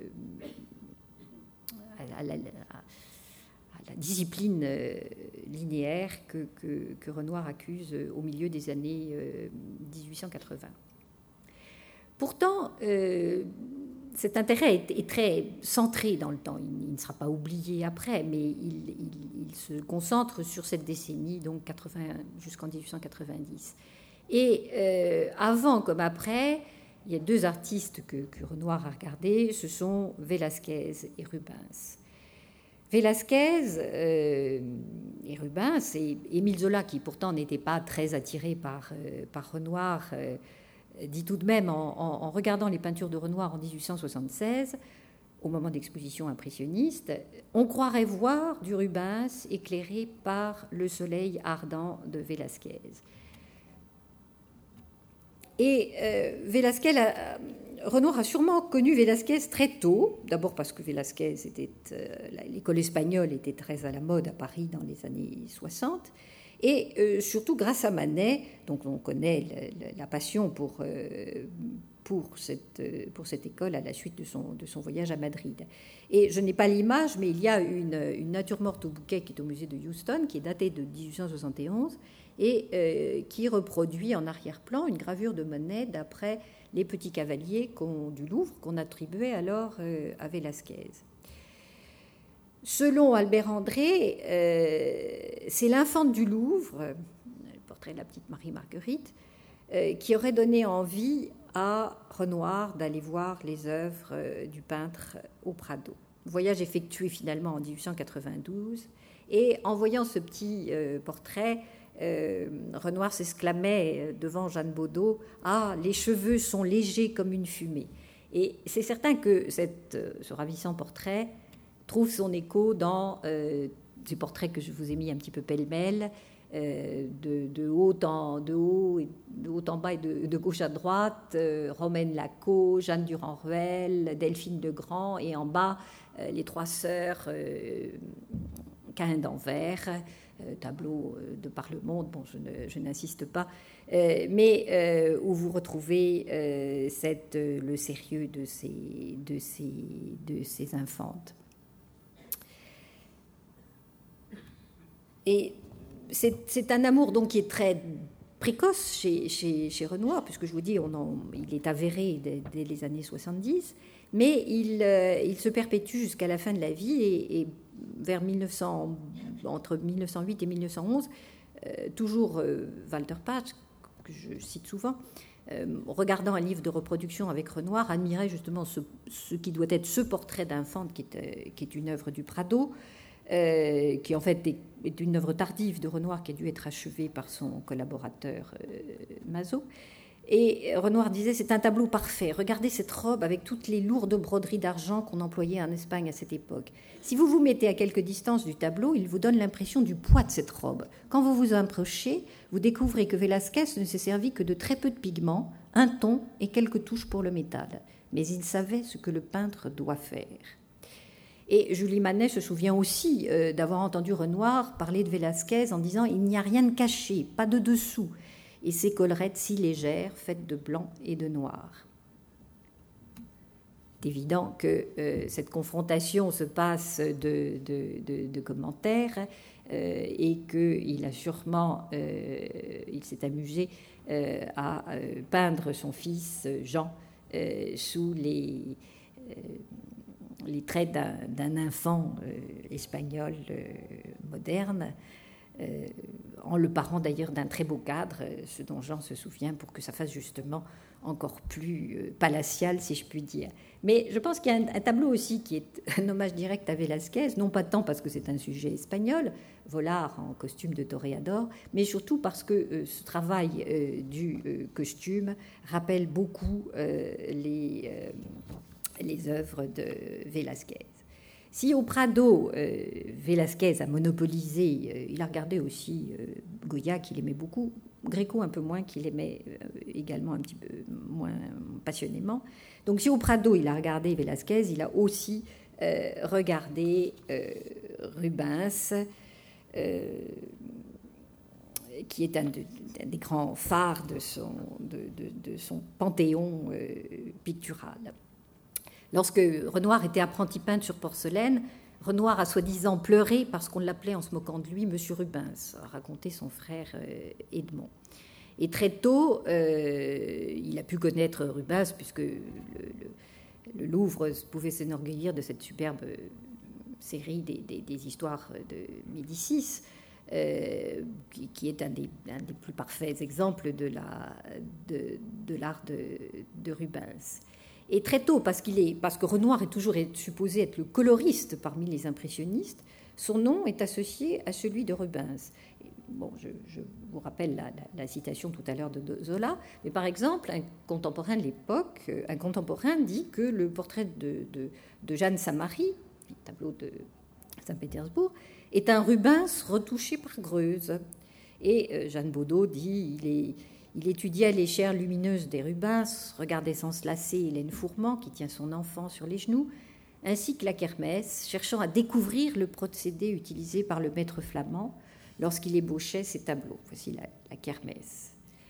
à, la, à, à la discipline euh, linéaire que, que, que Renoir accuse au milieu des années euh, dix-huit cent quatre-vingts. Pourtant, euh, cet intérêt est, est très centré dans le temps. Il, il ne sera pas oublié après, mais il, il, il se concentre sur cette décennie, donc quatre-vingts jusqu'en dix-huit cent quatre-vingt-dix. Et euh, avant comme après, il y a deux artistes que, que Renoir a regardés, ce sont Velázquez et Rubens. Velázquez euh, et Rubens, et Émile Zola, qui pourtant n'était pas très attiré par, euh, par Renoir, euh, dit tout de même, en, en, en regardant les peintures de Renoir en dix-huit cent soixante-seize, au moment d'exposition impressionniste, on croirait voir du Rubens éclairé par le soleil ardent de Velázquez. Et euh, Velázquez, a, Renoir a sûrement connu Velázquez très tôt, d'abord parce que Velázquez était, euh, l'école espagnole était très à la mode à Paris dans les années soixante, et euh, surtout grâce à Manet, donc on connaît la, la passion pour, euh, pour, cette, pour cette école à la suite de son, de son voyage à Madrid. Et je n'ai pas l'image, mais il y a une, une nature morte au bouquet qui est au musée de Houston, qui est datée de dix-huit cent soixante et onze, et euh, qui reproduit en arrière-plan une gravure de Manet d'après les petits cavaliers qu'on, du Louvre qu'on attribuait alors euh, à Velázquez. Selon Albert André, euh, c'est l'infante du Louvre, le portrait de la petite Marie-Marguerite, euh, qui aurait donné envie à Renoir d'aller voir les œuvres euh, du peintre au Prado. Voyage effectué finalement en dix-huit cent quatre-vingt-douze, et en voyant ce petit euh, portrait, euh, Renoir s'exclamait devant Jeanne Baudot « Ah, les cheveux sont légers comme une fumée ». Et c'est certain que cette, ce ravissant portrait trouve son écho dans euh, ces portraits que je vous ai mis un petit peu pêle-mêle, euh, de, de, haut en, de, haut et, de haut en bas et de, de gauche à droite, euh, Romaine Lacot, Jeanne Durand-Ruel, Delphine Legrand, et en bas, euh, les trois sœurs, euh, Caïn d'Anvers, euh, tableau de par le monde, bon, je, ne, je n'insiste pas, euh, mais euh, où vous retrouvez euh, cette, le sérieux de ces, de ces, de ces infantes. Et c'est, c'est un amour donc qui est très précoce chez, chez, chez Renoir, puisque je vous dis, on en, il est avéré dès, dès les années soixante-dix, mais il, euh, il se perpétue jusqu'à la fin de la vie, et, et vers mille neuf cents, entre mille neuf cent huit et mille neuf cent onze, euh, toujours euh, Walter Page, que je cite souvent, euh, regardant un livre de reproduction avec Renoir, admirait justement ce, ce qui doit être ce portrait d'infante qui est, qui est une œuvre du Prado, Euh, qui en fait est, est une œuvre tardive de Renoir qui a dû être achevée par son collaborateur euh, Mazaut. Et Renoir disait, c'est un tableau parfait. Regardez cette robe avec toutes les lourdes broderies d'argent qu'on employait en Espagne à cette époque. Si vous vous mettez à quelque distance du tableau, il vous donne l'impression du poids de cette robe. Quand vous vous approchez, vous découvrez que Velázquez ne s'est servi que de très peu de pigments, un ton et quelques touches pour le métal. Mais il savait ce que le peintre doit faire. Et Julie Manet se souvient aussi euh, d'avoir entendu Renoir parler de Velázquez en disant « Il n'y a rien de caché, pas de dessous ». Et ses collerettes si légères, faites de blanc et de noir. C'est évident que euh, cette confrontation se passe de, de, de, de commentaires euh, et qu'il a sûrement, euh, il s'est amusé euh, à euh, peindre son fils Jean euh, sous les, euh, les traits d'un, d'un enfant euh, espagnol euh, moderne. Euh, en le parant d'ailleurs d'un très beau cadre, ce dont Jean se souvient, pour que ça fasse justement encore plus euh, palatial, si je puis dire. Mais je pense qu'il y a un, un tableau aussi qui est un hommage direct à Velázquez, non pas tant parce que c'est un sujet espagnol, Vollard en costume de toréador, mais surtout parce que euh, ce travail euh, du euh, costume rappelle beaucoup euh, les, euh, les œuvres de Velázquez. Si au Prado, euh, Velázquez a monopolisé, euh, il a regardé aussi euh, Goya, qu'il aimait beaucoup, Gréco un peu moins, qu'il aimait euh, également un petit peu moins passionnément. Donc si au Prado, il a regardé Velázquez, il a aussi euh, regardé euh, Rubens, euh, qui est un, de, un des grands phares de son, de, de, de son panthéon euh, pictural. Lorsque Renoir était apprenti peintre sur porcelaine, Renoir a soi-disant pleuré parce qu'on l'appelait, en se moquant de lui, Monsieur Rubens, a raconté son frère Edmond. Et très tôt, euh, il a pu connaître Rubens, puisque le, le, le Louvre pouvait s'enorgueillir de cette superbe série des, des, des histoires de Médicis, euh, qui, qui est un des, un des plus parfaits exemples de, la, de, de l'art de, de Rubens. Et très tôt, parce, qu'il est, parce que Renoir est toujours supposé être le coloriste parmi les impressionnistes, son nom est associé à celui de Rubens. Bon, je, je vous rappelle la, la, la citation tout à l'heure de Zola, mais par exemple, un contemporain de l'époque, un contemporain dit que le portrait de, de, de Jeanne Samary, tableau de Saint-Pétersbourg, est un Rubens retouché par Greuze. Et Jeanne Baudot dit il est Il étudia les chairs lumineuses des Rubens, regardait sans se lasser Hélène Fourment, qui tient son enfant sur les genoux, ainsi que la kermesse, cherchant à découvrir le procédé utilisé par le maître flamand lorsqu'il ébauchait ses tableaux. Voici la, la kermesse.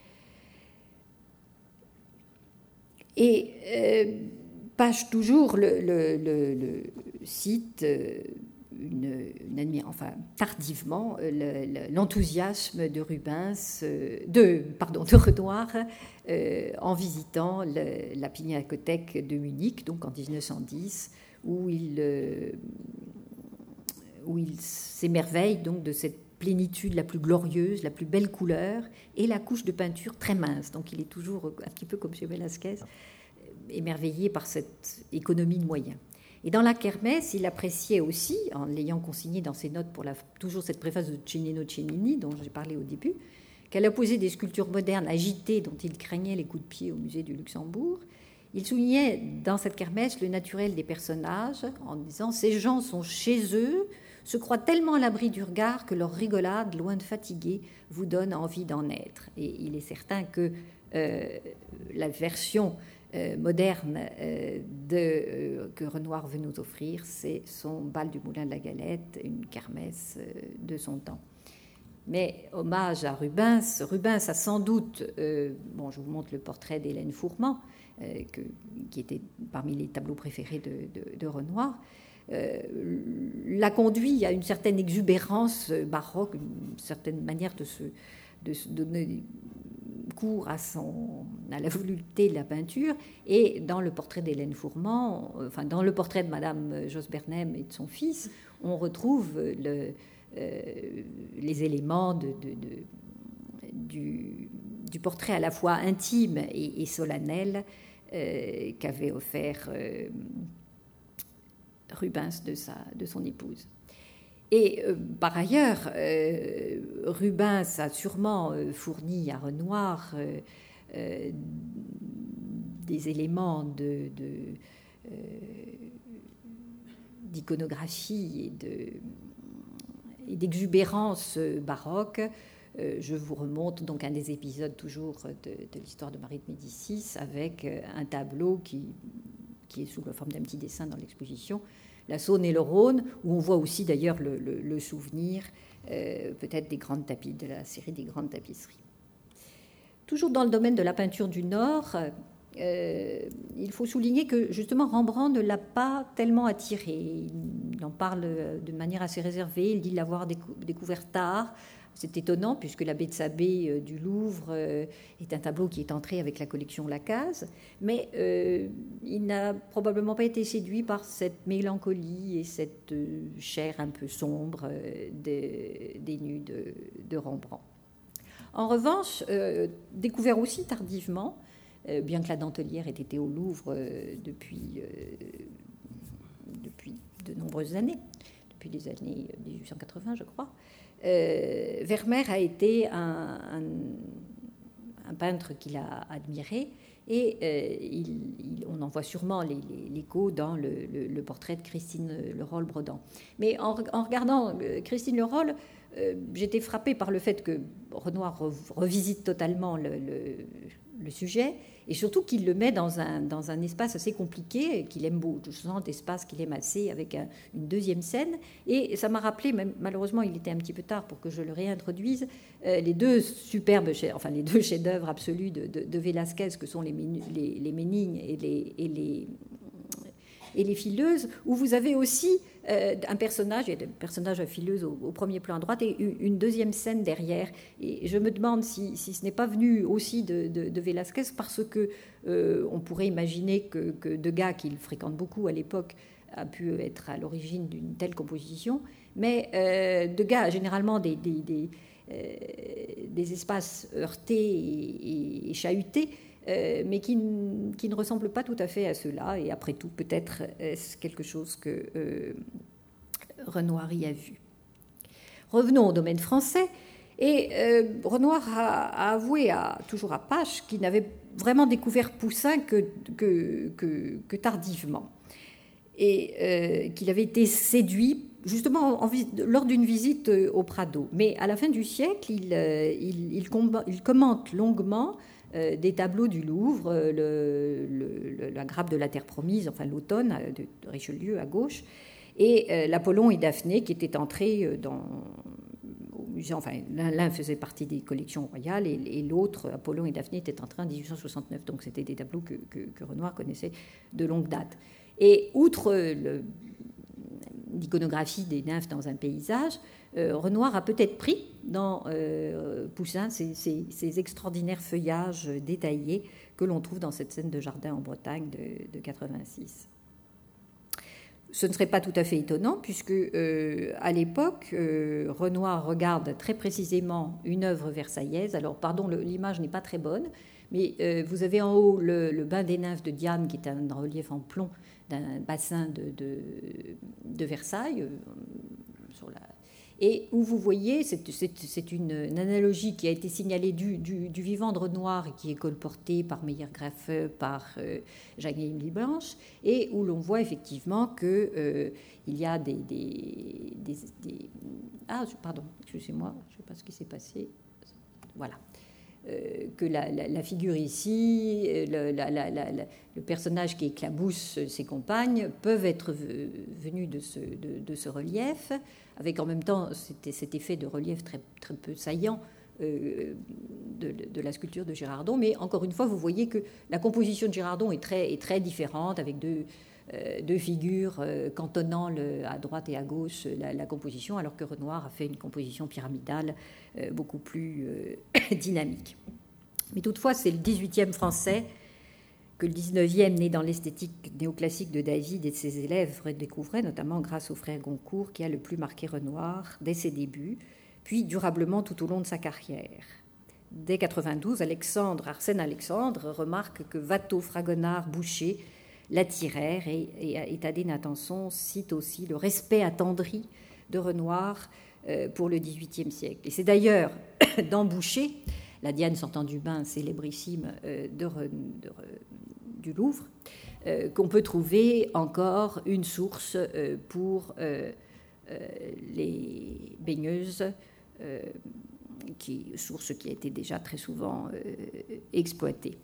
Et euh, Page toujours le, le, le, le cite... Euh, Une, une, enfin, tardivement le, le, l'enthousiasme de Rubens, de, pardon, de Renoir, euh, en visitant le, la Pinacothèque de Munich, donc en dix-neuf cent dix, où il, euh, où il s'émerveille donc de cette plénitude la plus glorieuse, la plus belle couleur, et la couche de peinture très mince. Donc il est toujours un petit peu comme chez Velázquez, émerveillé par cette économie de moyens. Et dans la kermesse, il appréciait aussi, en l'ayant consigné dans ses notes pour la, toujours cette préface de Cennino Cennini, dont j'ai parlé au début, qu'elle a posé des sculptures modernes agitées dont il craignait les coups de pied au musée du Luxembourg. Il soulignait dans cette kermesse le naturel des personnages en disant « Ces gens sont chez eux, se croient tellement à l'abri du regard que leur rigolade, loin de fatiguer, vous donne envie d'en être. » Et il est certain que euh, la version Euh, moderne euh, de, euh, que Renoir veut nous offrir, c'est son bal du Moulin de la Galette, une kermesse euh, de son temps. Mais hommage à Rubens, Rubens a sans doute, euh, bon, je vous montre le portrait d'Hélène Fourment, euh, que, qui était parmi les tableaux préférés de, de, de Renoir, euh, l'a conduit à une certaine exubérance baroque, une certaine manière de se, de se donner cours à, son, à la volupté de la peinture. Et dans le portrait d'Hélène Fourment, enfin dans le portrait de Madame Josse Bernheim et de son fils, on retrouve le, euh, les éléments de, de, de, du, du portrait à la fois intime et, et solennel euh, qu'avait offert euh, Rubens de, sa, de son épouse. Et euh, par ailleurs, euh, Rubens a sûrement euh, fourni à Renoir euh, euh, des éléments de, de, euh, d'iconographie et, de, et d'exubérance baroque. Euh, je vous remonte donc un des épisodes toujours de, de l'histoire de Marie de Médicis avec un tableau qui, qui est sous la forme d'un petit dessin dans l'exposition, la Saône et le Rhône, où on voit aussi d'ailleurs le, le, le souvenir euh, peut-être des grandes tapis, de la série des grandes tapisseries. Toujours dans le domaine de la peinture du Nord, euh, il faut souligner que justement Rembrandt ne l'a pas tellement attiré. Il en parle de manière assez réservée, il dit l'avoir décou- découvert tard. C'est étonnant puisque la Baie de Sabé du Louvre est un tableau qui est entré avec la collection Lacaze, mais euh, il n'a probablement pas été séduit par cette mélancolie et cette chair un peu sombre des, des nus de, de Rembrandt. En revanche, euh, découvert aussi tardivement, euh, bien que la Dentelière ait été au Louvre euh, depuis, euh, depuis de nombreuses années, depuis les années dix-huit cent quatre-vingts, je crois, Euh, Vermeer a été un, un, un peintre qu'il a admiré et euh, il, il, on en voit sûrement les, les, l'écho dans le, le, le portrait de Christine Lerolle-Bredon. Mais en, en regardant Christine Lerolle, euh, j'étais frappée par le fait que Renoir revisite totalement le, le, le sujet et surtout qu'il le met dans un, dans un espace assez compliqué, qu'il aime beaucoup, je sens d'espace qu'il aime assez, avec un, une deuxième scène. Et ça m'a rappelé, même, malheureusement il était un petit peu tard pour que je le réintroduise, euh, les deux superbes, enfin les deux chefs-d'œuvre absolus de, de, de Velázquez, que sont les, les, les Ménignes et les, et les et les fileuses, où vous avez aussi euh, un personnage, il y a un personnage à fileuse au, au premier plan à droite, et une deuxième scène derrière. Et je me demande si, si ce n'est pas venu aussi de, de, de Velázquez, parce que euh, on pourrait imaginer que, que Degas, qu'il fréquente beaucoup à l'époque, a pu être à l'origine d'une telle composition. Mais euh, Degas a généralement des, des, des, euh, des espaces heurtés et, et, et chahutés, Euh, mais qui, qui ne ressemble pas tout à fait à cela. Et après tout, peut-être est-ce quelque chose que euh, Renoir y a vu. Revenons au domaine français. Et euh, Renoir a, a avoué, à, toujours à Pache, qu'il n'avait vraiment découvert Poussin que, que, que, que tardivement. Et euh, qu'il avait été séduit justement en, en, lors d'une visite au Prado. Mais à la fin du siècle, il, il, il, il commente longuement des tableaux du Louvre, le, le, la grappe de la Terre promise, enfin l'automne de Richelieu à gauche, et euh, l'Apollon et Daphné qui étaient entrés dans, au musée, enfin l'un, l'un faisait partie des collections royales et, et l'autre, Apollon et Daphné, étaient entrés en dix-huit cent soixante-neuf, donc c'était des tableaux que, que, que Renoir connaissait de longue date. Et outre le, l'iconographie des nymphes dans un paysage, Euh, Renoir a peut-être pris dans euh, Poussin ces, ces, ces extraordinaires feuillages détaillés que l'on trouve dans cette scène de jardin en Bretagne de, de quatre-vingt-six. Ce ne serait pas tout à fait étonnant puisque euh, à l'époque, euh, Renoir regarde très précisément une œuvre versaillaise. Alors, pardon, le, l'image n'est pas très bonne, mais euh, vous avez en haut le, le bain des nymphes de Diane, qui est un relief en plomb d'un bassin de, de, de Versailles, euh, sur la et où vous voyez, c'est, c'est, c'est une, une analogie qui a été signalée du, du, du vivant de Renoir et qui est colporté par Meyer-Graffeux, par euh, Jacques-Émile Blanche, et où l'on voit effectivement qu'il euh, y a des, des, des, des... Ah, pardon, excusez-moi, je ne sais pas ce qui s'est passé. Voilà. Euh, que la, la, la figure ici, le, la, la, la, le personnage qui éclabousse ses compagnes peuvent être venus de ce, de, de ce relief, avec en même temps cet, cet effet de relief très, très peu saillant euh, de, de la sculpture de Girardon. Mais encore une fois, vous voyez que la composition de Girardon est très, est très différente, avec deux, euh, deux figures euh, cantonnant le, à droite et à gauche la, la composition, alors que Renoir a fait une composition pyramidale euh, beaucoup plus euh, dynamique. Mais toutefois, c'est le dix-huitième français que le dix-neuvième, né dans l'esthétique néoclassique de David et de ses élèves, redécouvrait, notamment grâce au frère Goncourt, qui a le plus marqué Renoir dès ses débuts, puis durablement tout au long de sa carrière. Dès quatre-vingt-douze, Alexandre, Arsène Alexandre remarque que Watteau, Fragonard, Boucher l'attirèrent et, et, et Thaddée Nathanson cite aussi le respect attendri de Renoir euh, pour le dix-huitième siècle. Et c'est d'ailleurs dans Boucher La Diane sortant du bain, célébrissime euh, de, de, du Louvre, euh, qu'on peut trouver encore une source euh, pour euh, euh, les baigneuses, euh, qui, source qui a été déjà très souvent euh, exploitée.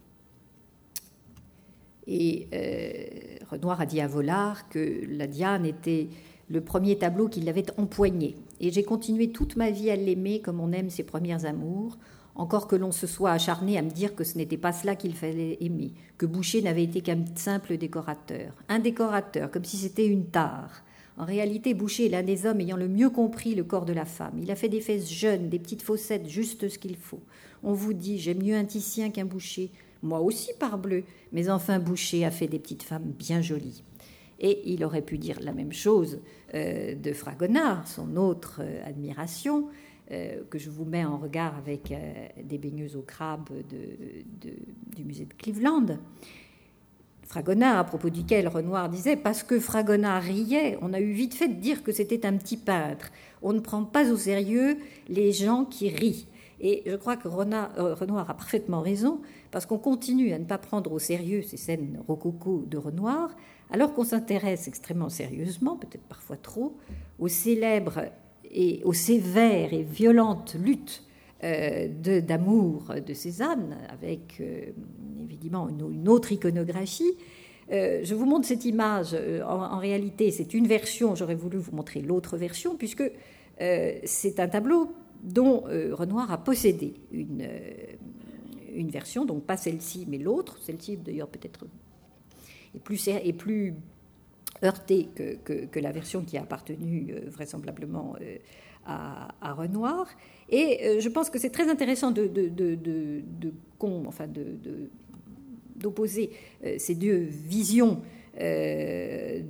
Et euh, Renoir a dit à Vollard que la Diane était le premier tableau qu'il avait empoigné. Et j'ai continué toute ma vie à l'aimer comme on aime ses premières amours, encore que l'on se soit acharné à me dire que ce n'était pas cela qu'il fallait aimer, que Boucher n'avait été qu'un simple décorateur. Un décorateur, comme si c'était une tare. En réalité, Boucher est l'un des hommes ayant le mieux compris le corps de la femme. Il a fait des fesses jeunes, des petites fossettes, juste ce qu'il faut. On vous dit, j'aime mieux un Titien qu'un Boucher. Moi aussi, parbleu. Mais enfin, Boucher a fait des petites femmes bien jolies. Et il aurait pu dire la même chose euh, de Fragonard, son autre euh, admiration, euh, que je vous mets en regard avec euh, des baigneuses au crabe de, de, du musée de Cleveland. Fragonard, à propos duquel Renoir disait « Parce que Fragonard riait, on a eu vite fait de dire que c'était un petit peintre. On ne prend pas au sérieux les gens qui rient. » Et je crois que Renoir, euh, Renoir a parfaitement raison, parce qu'on continue à ne pas prendre au sérieux ces scènes rococo de Renoir, alors qu'on s'intéresse extrêmement sérieusement, peut-être parfois trop, aux célèbres et aux sévères et violentes luttes euh, de, d'amour de Cézanne, avec euh, évidemment une, une autre iconographie. Euh, je vous montre cette image. En, en réalité, c'est une version, j'aurais voulu vous montrer l'autre version, puisque euh, c'est un tableau dont euh, Renoir a possédé une, euh, une version, donc pas celle-ci, mais l'autre. Celle-ci, d'ailleurs, peut-être est plus, est plus heurtée que, que, que la version qui a appartenu euh, vraisemblablement euh, à, à Renoir. Et euh, je pense que c'est très intéressant de, de, de, de, de, enfin de, de, d'opposer euh, ces deux visions euh,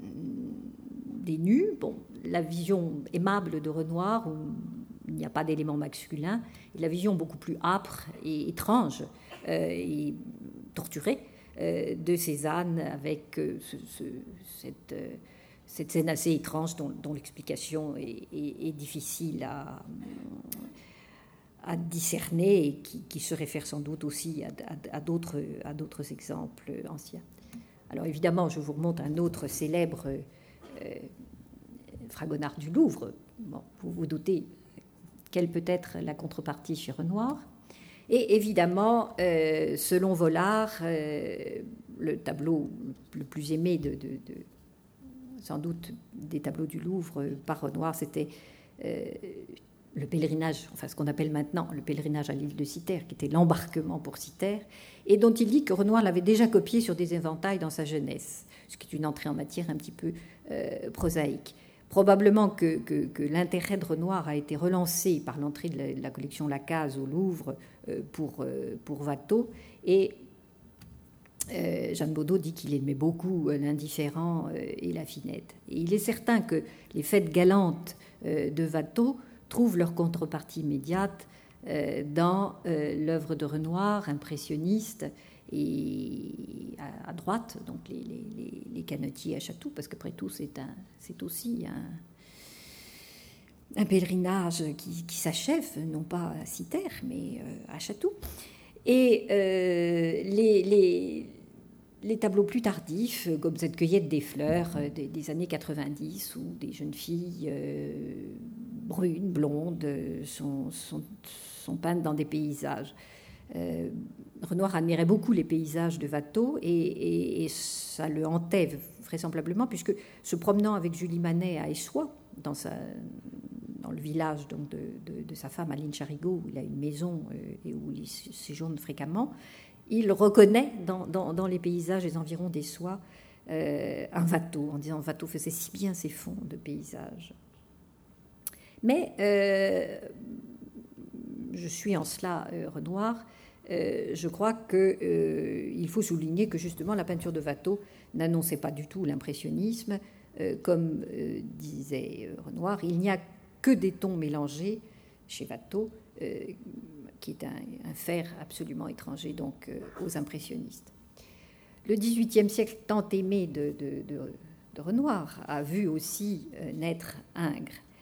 des nus. Bon, la vision aimable de Renoir, où il n'y a pas d'élément masculin, et la vision beaucoup plus âpre et étrange euh, et torturée euh, de Cézanne, avec euh, ce, ce, cette, euh, cette scène assez étrange dont, dont l'explication est, est, est difficile à, à discerner et qui, qui se réfère sans doute aussi à, à, à, d'autres, à d'autres exemples anciens. Alors évidemment, je vous remonte un autre célèbre euh, Fragonard du Louvre. Bon, vous vous doutez quelle peut être la contrepartie chez Renoir. Et évidemment, euh, selon Vollard, euh, le tableau le plus aimé de, de, de, sans doute des tableaux du Louvre par Renoir, c'était euh, le pèlerinage, enfin ce qu'on appelle maintenant le pèlerinage à l'île de Cythère, qui était l'embarquement pour Cythère, et dont il dit que Renoir l'avait déjà copié sur des éventails dans sa jeunesse, ce qui est une entrée en matière un petit peu euh, prosaïque. Probablement que, que, que l'intérêt de Renoir a été relancé par l'entrée de la, de la collection Lacaze au Louvre euh, pour, euh, pour Watteau. Et euh, Jeanne Bodot dit qu'il aimait beaucoup l'indifférent euh, et la finette. Et il est certain que les fêtes galantes euh, de Watteau trouvent leur contrepartie immédiate euh, dans euh, l'œuvre de Renoir, impressionniste, et à, à droite, donc les, les, les canotiers à Chatou, parce qu'après tout, c'est, un, c'est aussi un, un pèlerinage qui, qui s'achève, non pas à Cythère, mais euh, à Chatou. Et euh, les, les, les tableaux plus tardifs, comme cette cueillette des fleurs euh, des, des années quatre-vingt-dix, où des jeunes filles euh, brunes, blondes, sont, sont, sont peintes dans des paysages. Euh, Renoir admirait beaucoup les paysages de Watteau et, et, et ça le hantait vraisemblablement, puisque se promenant avec Julie Manet à Essois, dans, sa, dans le village donc, de, de, de sa femme Aline Charigot, où il a une maison euh, et où il séjourne fréquemment, il reconnaît dans, dans, dans les paysages des environs d'Essois euh, un Watteau, en disant Watteau faisait si bien ces fonds de paysages. Mais euh, je suis en cela euh, Renoir. Euh, je crois qu'il euh, faut souligner que justement la peinture de Watteau n'annonçait pas du tout l'impressionnisme. Euh, comme euh, disait Renoir, il n'y a que des tons mélangés chez Watteau, euh, qui est un, un faire absolument étranger donc euh, aux impressionnistes. Le dix-huitième siècle tant aimé de, de, de, de Renoir a vu aussi euh, naître Ingres.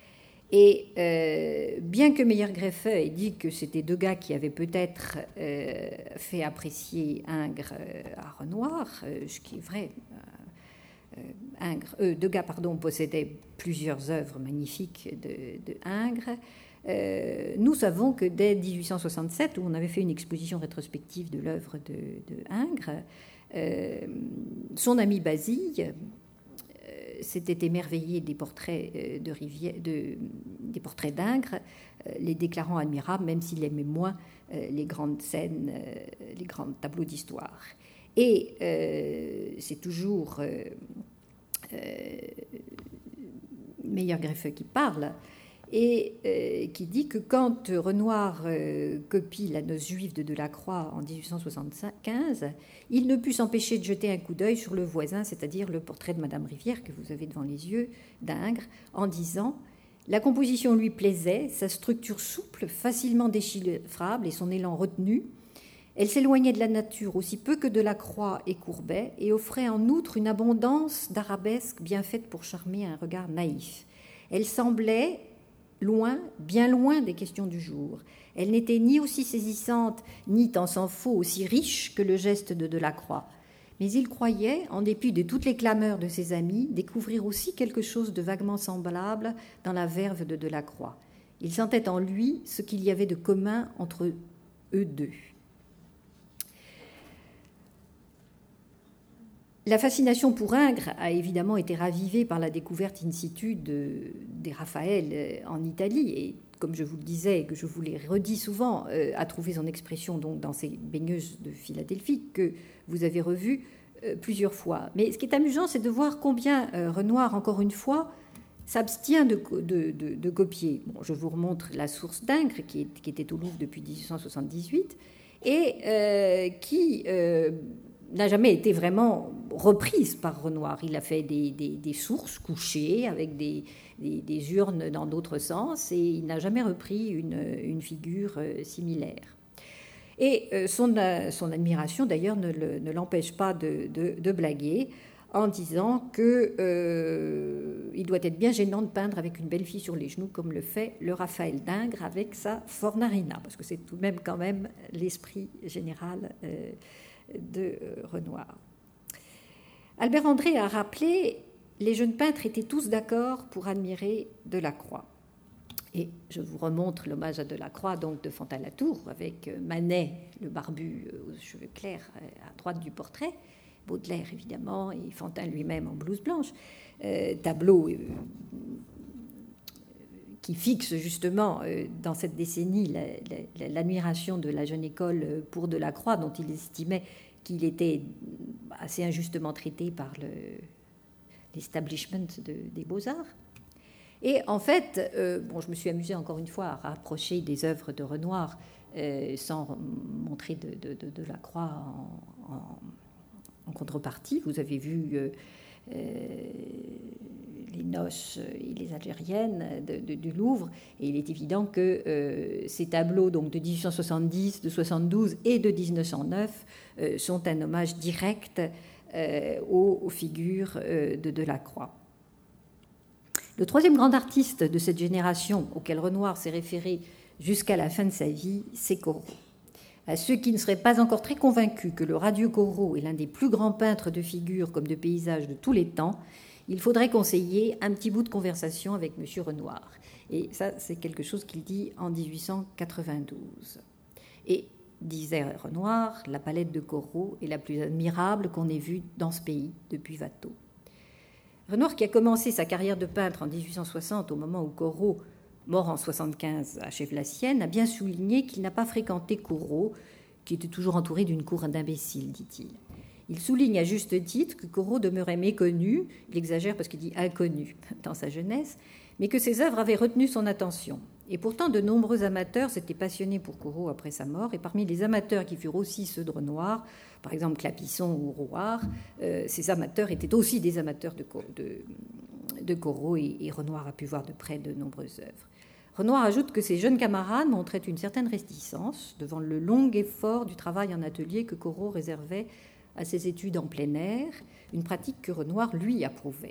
Et euh, bien que Meyer-Greffet ait dit que c'était Degas qui avait peut-être euh, fait apprécier Ingres à Renoir, euh, ce qui est vrai, euh, Ingres, euh, Degas pardon, possédait plusieurs œuvres magnifiques de, de Ingres, euh, nous savons que dès dix-huit cent soixante-sept, où on avait fait une exposition rétrospective de l'œuvre de, de Ingres, euh, son ami Basille s'était émerveillé des portraits de Rivière, de, des portraits d'Ingres, les déclarant admirables, même s'il aimait moins les grandes scènes, les grands tableaux d'histoire. Et euh, c'est toujours euh, euh, Meyer-Greffet qui parle et euh, qui dit que quand Renoir euh, copie la noce juive de Delacroix en dix-huit cent soixante-quinze, il ne put s'empêcher de jeter un coup d'œil sur le voisin, c'est-à-dire le portrait de Madame Rivière que vous avez devant les yeux d'Ingres, en disant « La composition lui plaisait, sa structure souple, facilement déchiffrable et son élan retenu. Elle s'éloignait de la nature aussi peu que Delacroix et Courbet et offrait en outre une abondance d'arabesques bien faites pour charmer un regard naïf. Elle semblait loin, bien loin des questions du jour. Elle n'était ni aussi saisissante, ni tant s'en faut aussi riche que le geste de Delacroix. Mais il croyait, en dépit de toutes les clameurs de ses amis, découvrir aussi quelque chose de vaguement semblable dans la verve de Delacroix. Il sentait en lui ce qu'il y avait de commun entre eux deux. La fascination pour Ingres a évidemment été ravivée par la découverte in situ de, des Raphaël en Italie et, comme je vous le disais, que je vous l'ai redit souvent, euh, a trouvé son expression donc dans ces baigneuses de Philadelphie que vous avez revues euh, plusieurs fois. Mais ce qui est amusant, c'est de voir combien euh, Renoir, encore une fois, s'abstient de, de, de, de copier. Bon, je vous remontre la source d'Ingres, qui, est, qui était au Louvre depuis dix-huit cent soixante-dix-huit, et euh, qui... Euh, n'a jamais été vraiment reprise par Renoir. Il a fait des, des, des sources couchées avec des, des, des urnes dans d'autres sens et il n'a jamais repris une, une figure similaire. Et son, son admiration, d'ailleurs, ne, le, ne l'empêche pas de, de, de blaguer en disant qu'il euh, doit être bien gênant de peindre avec une belle fille sur les genoux comme le fait le Raphaël d'Ingres avec sa Fornarina, parce que c'est tout de même quand même l'esprit général euh, de Renoir. Albert André a rappelé les jeunes peintres étaient tous d'accord pour admirer Delacroix. Et je vous remontre l'hommage à Delacroix donc de Fontaine-Latour avec Manet, le barbu aux cheveux clairs à droite du portrait, Baudelaire évidemment et Fantin lui-même en blouse blanche, euh, tableau euh, qui fixe justement euh, dans cette décennie la, la, l'admiration de la jeune école pour Delacroix, dont il estimait qu'il était assez injustement traité par le, l'establishment de, des beaux-arts. Et en fait, euh, bon, je me suis amusée encore une fois à rapprocher des œuvres de Renoir euh, sans montrer de, de, de, de Delacroix en, en, en contrepartie. Vous avez vu euh, euh, les noces et les algériennes de, de, du Louvre, et il est évident que euh, ces tableaux donc, de dix-huit cent soixante-dix, de soixante-douze et de dix-neuf cent neuf euh, sont un hommage direct euh, aux, aux figures euh, de Delacroix. Le troisième grand artiste de cette génération auquel Renoir s'est référé jusqu'à la fin de sa vie, c'est Corot. À ceux qui ne seraient pas encore très convaincus que le radieux Corot est l'un des plus grands peintres de figures comme de paysages de tous les temps, il faudrait conseiller un petit bout de conversation avec M. Renoir. Et ça, c'est quelque chose qu'il dit en dix-huit cent quatre-vingt-douze. Et, disait Renoir, la palette de Corot est la plus admirable qu'on ait vue dans ce pays depuis Watteau. Renoir, qui a commencé sa carrière de peintre en dix-huit cent soixante, au moment où Corot, mort en soixante-quinze, achève la sienne, a bien souligné qu'il n'a pas fréquenté Corot, qui était toujours entouré d'une cour d'imbéciles, dit-il. Il souligne à juste titre que Corot demeurait méconnu, il exagère parce qu'il dit inconnu dans sa jeunesse, mais que ses œuvres avaient retenu son attention. Et pourtant, de nombreux amateurs s'étaient passionnés pour Corot après sa mort, et parmi les amateurs qui furent aussi ceux de Renoir, par exemple Clapisson ou Rouard, euh, ces amateurs étaient aussi des amateurs de, de, de Corot, et, et Renoir a pu voir de près de nombreuses œuvres. Renoir ajoute que ses jeunes camarades montraient une certaine réticence devant le long effort du travail en atelier que Corot réservait à ses études en plein air, une pratique que Renoir, lui, approuvait.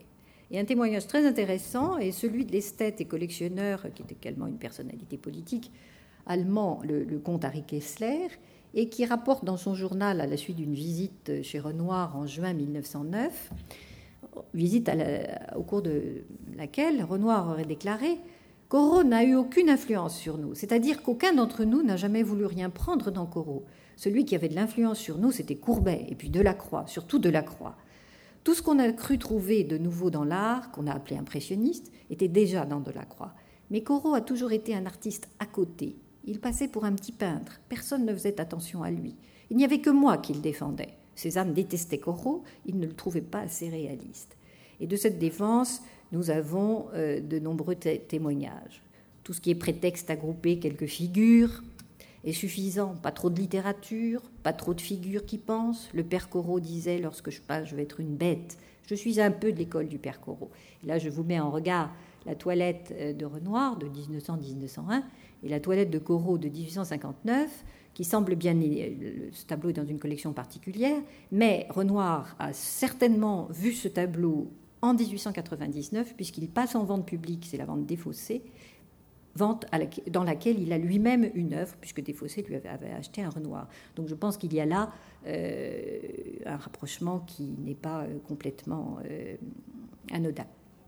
Et un témoignage très intéressant est celui de l'esthète et collectionneur, qui est également une personnalité politique, allemand, le, le comte Harry Kessler, et qui rapporte dans son journal, à la suite d'une visite chez Renoir en juin mille neuf cent neuf, visite à la, au cours de laquelle Renoir aurait déclaré « Corot n'a eu aucune influence sur nous, c'est-à-dire qu'aucun d'entre nous n'a jamais voulu rien prendre dans Corot. Celui qui avait de l'influence sur nous, c'était Courbet, et puis Delacroix, surtout Delacroix. Tout ce qu'on a cru trouver de nouveau dans l'art, qu'on a appelé impressionniste, était déjà dans Delacroix. Mais Corot a toujours été un artiste à côté. Il passait pour un petit peintre. Personne ne faisait attention à lui. Il n'y avait que moi qui le défendais. Cézanne détestait Corot, il ne le trouvait pas assez réaliste. Et de cette défense, nous avons euh, de nombreux té- témoignages. Tout ce qui est prétexte à grouper quelques figures est suffisant. Pas trop de littérature, pas trop de figures qui pensent. Le père Corot disait, lorsque je peins, je vais être une bête. Je suis un peu de l'école du père Corot. Et là, je vous mets en regard la toilette de Renoir de dix-neuf cents à dix-neuf cent un et la toilette de Corot de dix-huit cent cinquante-neuf, qui semble bien... Ce tableau est dans une collection particulière, mais Renoir a certainement vu ce tableau en dix-huit cent quatre-vingt-dix-neuf, puisqu'il passe en vente publique, c'est la vente Desfossés, vente à la, dans laquelle il a lui-même une œuvre, puisque Desfossés lui avait, avait acheté un Renoir. Donc je pense qu'il y a là euh, un rapprochement qui n'est pas euh, complètement euh, anodin.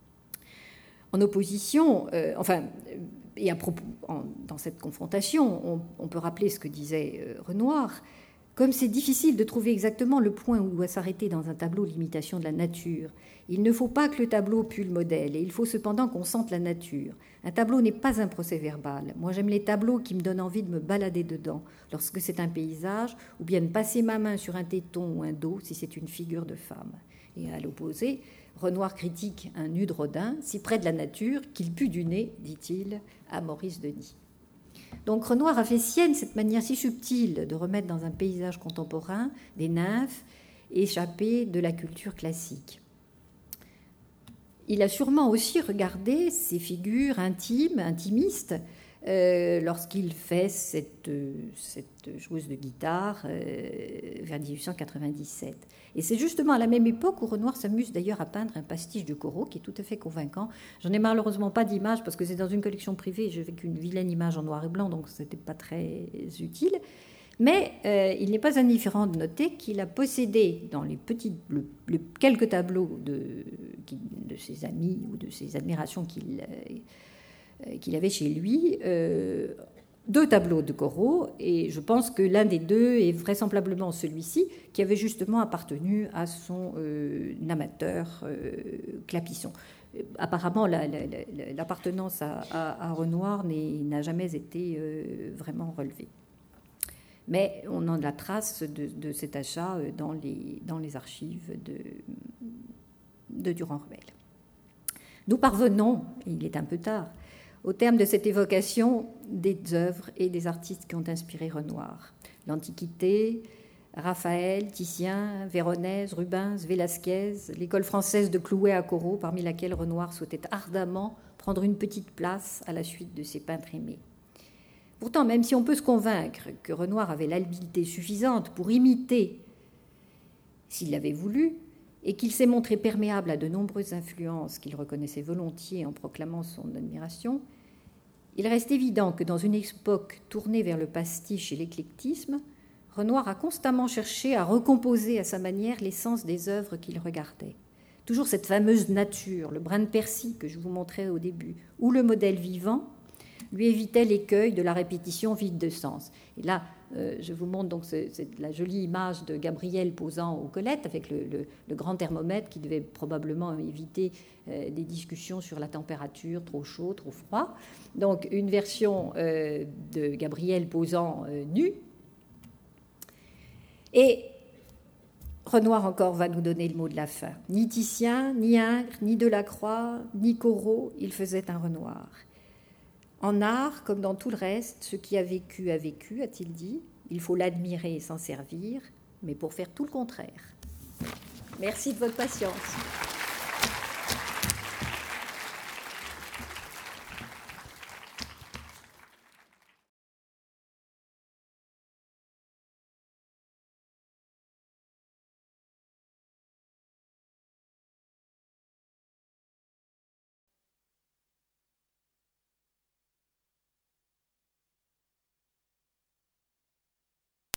En opposition, euh, enfin, et à propos, en, dans cette confrontation, on, on peut rappeler ce que disait euh, Renoir. Comme c'est difficile de trouver exactement le point où doit s'arrêter dans un tableau l'imitation de la nature, il ne faut pas que le tableau pue le modèle, et il faut cependant qu'on sente la nature. Un tableau n'est pas un procès-verbal. Moi, j'aime les tableaux qui me donnent envie de me balader dedans, lorsque c'est un paysage, ou bien de passer ma main sur un téton ou un dos, si c'est une figure de femme. Et à l'opposé, Renoir critique un nu de Rodin, si près de la nature qu'il pue du nez, dit-il à Maurice Denis. Donc Renoir a fait sienne cette manière si subtile de remettre dans un paysage contemporain des nymphes échappées de la culture classique. Il a sûrement aussi regardé ces figures intimes, intimistes, euh, lorsqu'il fait cette, cette joueuse de guitare euh, vers dix-huit cent quatre-vingt-dix-sept. Et c'est justement à la même époque où Renoir s'amuse d'ailleurs à peindre un pastiche de Corot qui est tout à fait convaincant. J'en ai malheureusement pas d'image parce que c'est dans une collection privée, je n'avais qu'une vilaine image en noir et blanc, donc ce n'était pas très utile. Mais euh, il n'est pas indifférent de noter qu'il a possédé dans les petits, le, le, quelques tableaux de, de ses amis ou de ses admirations qu'il, euh, qu'il avait chez lui, euh, deux tableaux de Corot, et je pense que l'un des deux est vraisemblablement celui-ci, qui avait justement appartenu à son euh, amateur euh, Clapisson. Apparemment, la, la, la, l'appartenance à, à, à Renoir n'a jamais été euh, vraiment relevée. Mais on en a la trace de, de cet achat dans les, dans les archives de, de Durand-Ruel. Nous parvenons, et il est un peu tard, au terme de cette évocation des œuvres et des artistes qui ont inspiré Renoir. L'Antiquité, Raphaël, Titien, Véronèse, Rubens, Vélasquez, l'école française de Clouet à Corot, parmi laquelle Renoir souhaitait ardemment prendre une petite place à la suite de ses peintres aimés. Pourtant, même si on peut se convaincre que Renoir avait l'habileté suffisante pour imiter, s'il l'avait voulu, et qu'il s'est montré perméable à de nombreuses influences qu'il reconnaissait volontiers en proclamant son admiration, il reste évident que dans une époque tournée vers le pastiche et l'éclectisme, Renoir a constamment cherché à recomposer à sa manière l'essence des œuvres qu'il regardait. Toujours cette fameuse nature, le brin de persil que je vous montrais au début, ou le modèle vivant, lui évitait l'écueil de la répétition vide de sens. Et là, euh, je vous montre donc ce, cette, la jolie image de Gabriel posant aux Colettes avec le, le, le grand thermomètre qui devait probablement éviter euh, des discussions sur la température, trop chaud, trop froid. Donc une version euh, de Gabriel posant euh, nu. Et Renoir encore va nous donner le mot de la fin. Ni Titien, ni Ingres, ni Delacroix, ni Corot, il faisait un Renoir. En art, comme dans tout le reste, ce qui a vécu a vécu, a-t-il dit. Il faut l'admirer et s'en servir, mais pour faire tout le contraire. Merci de votre patience.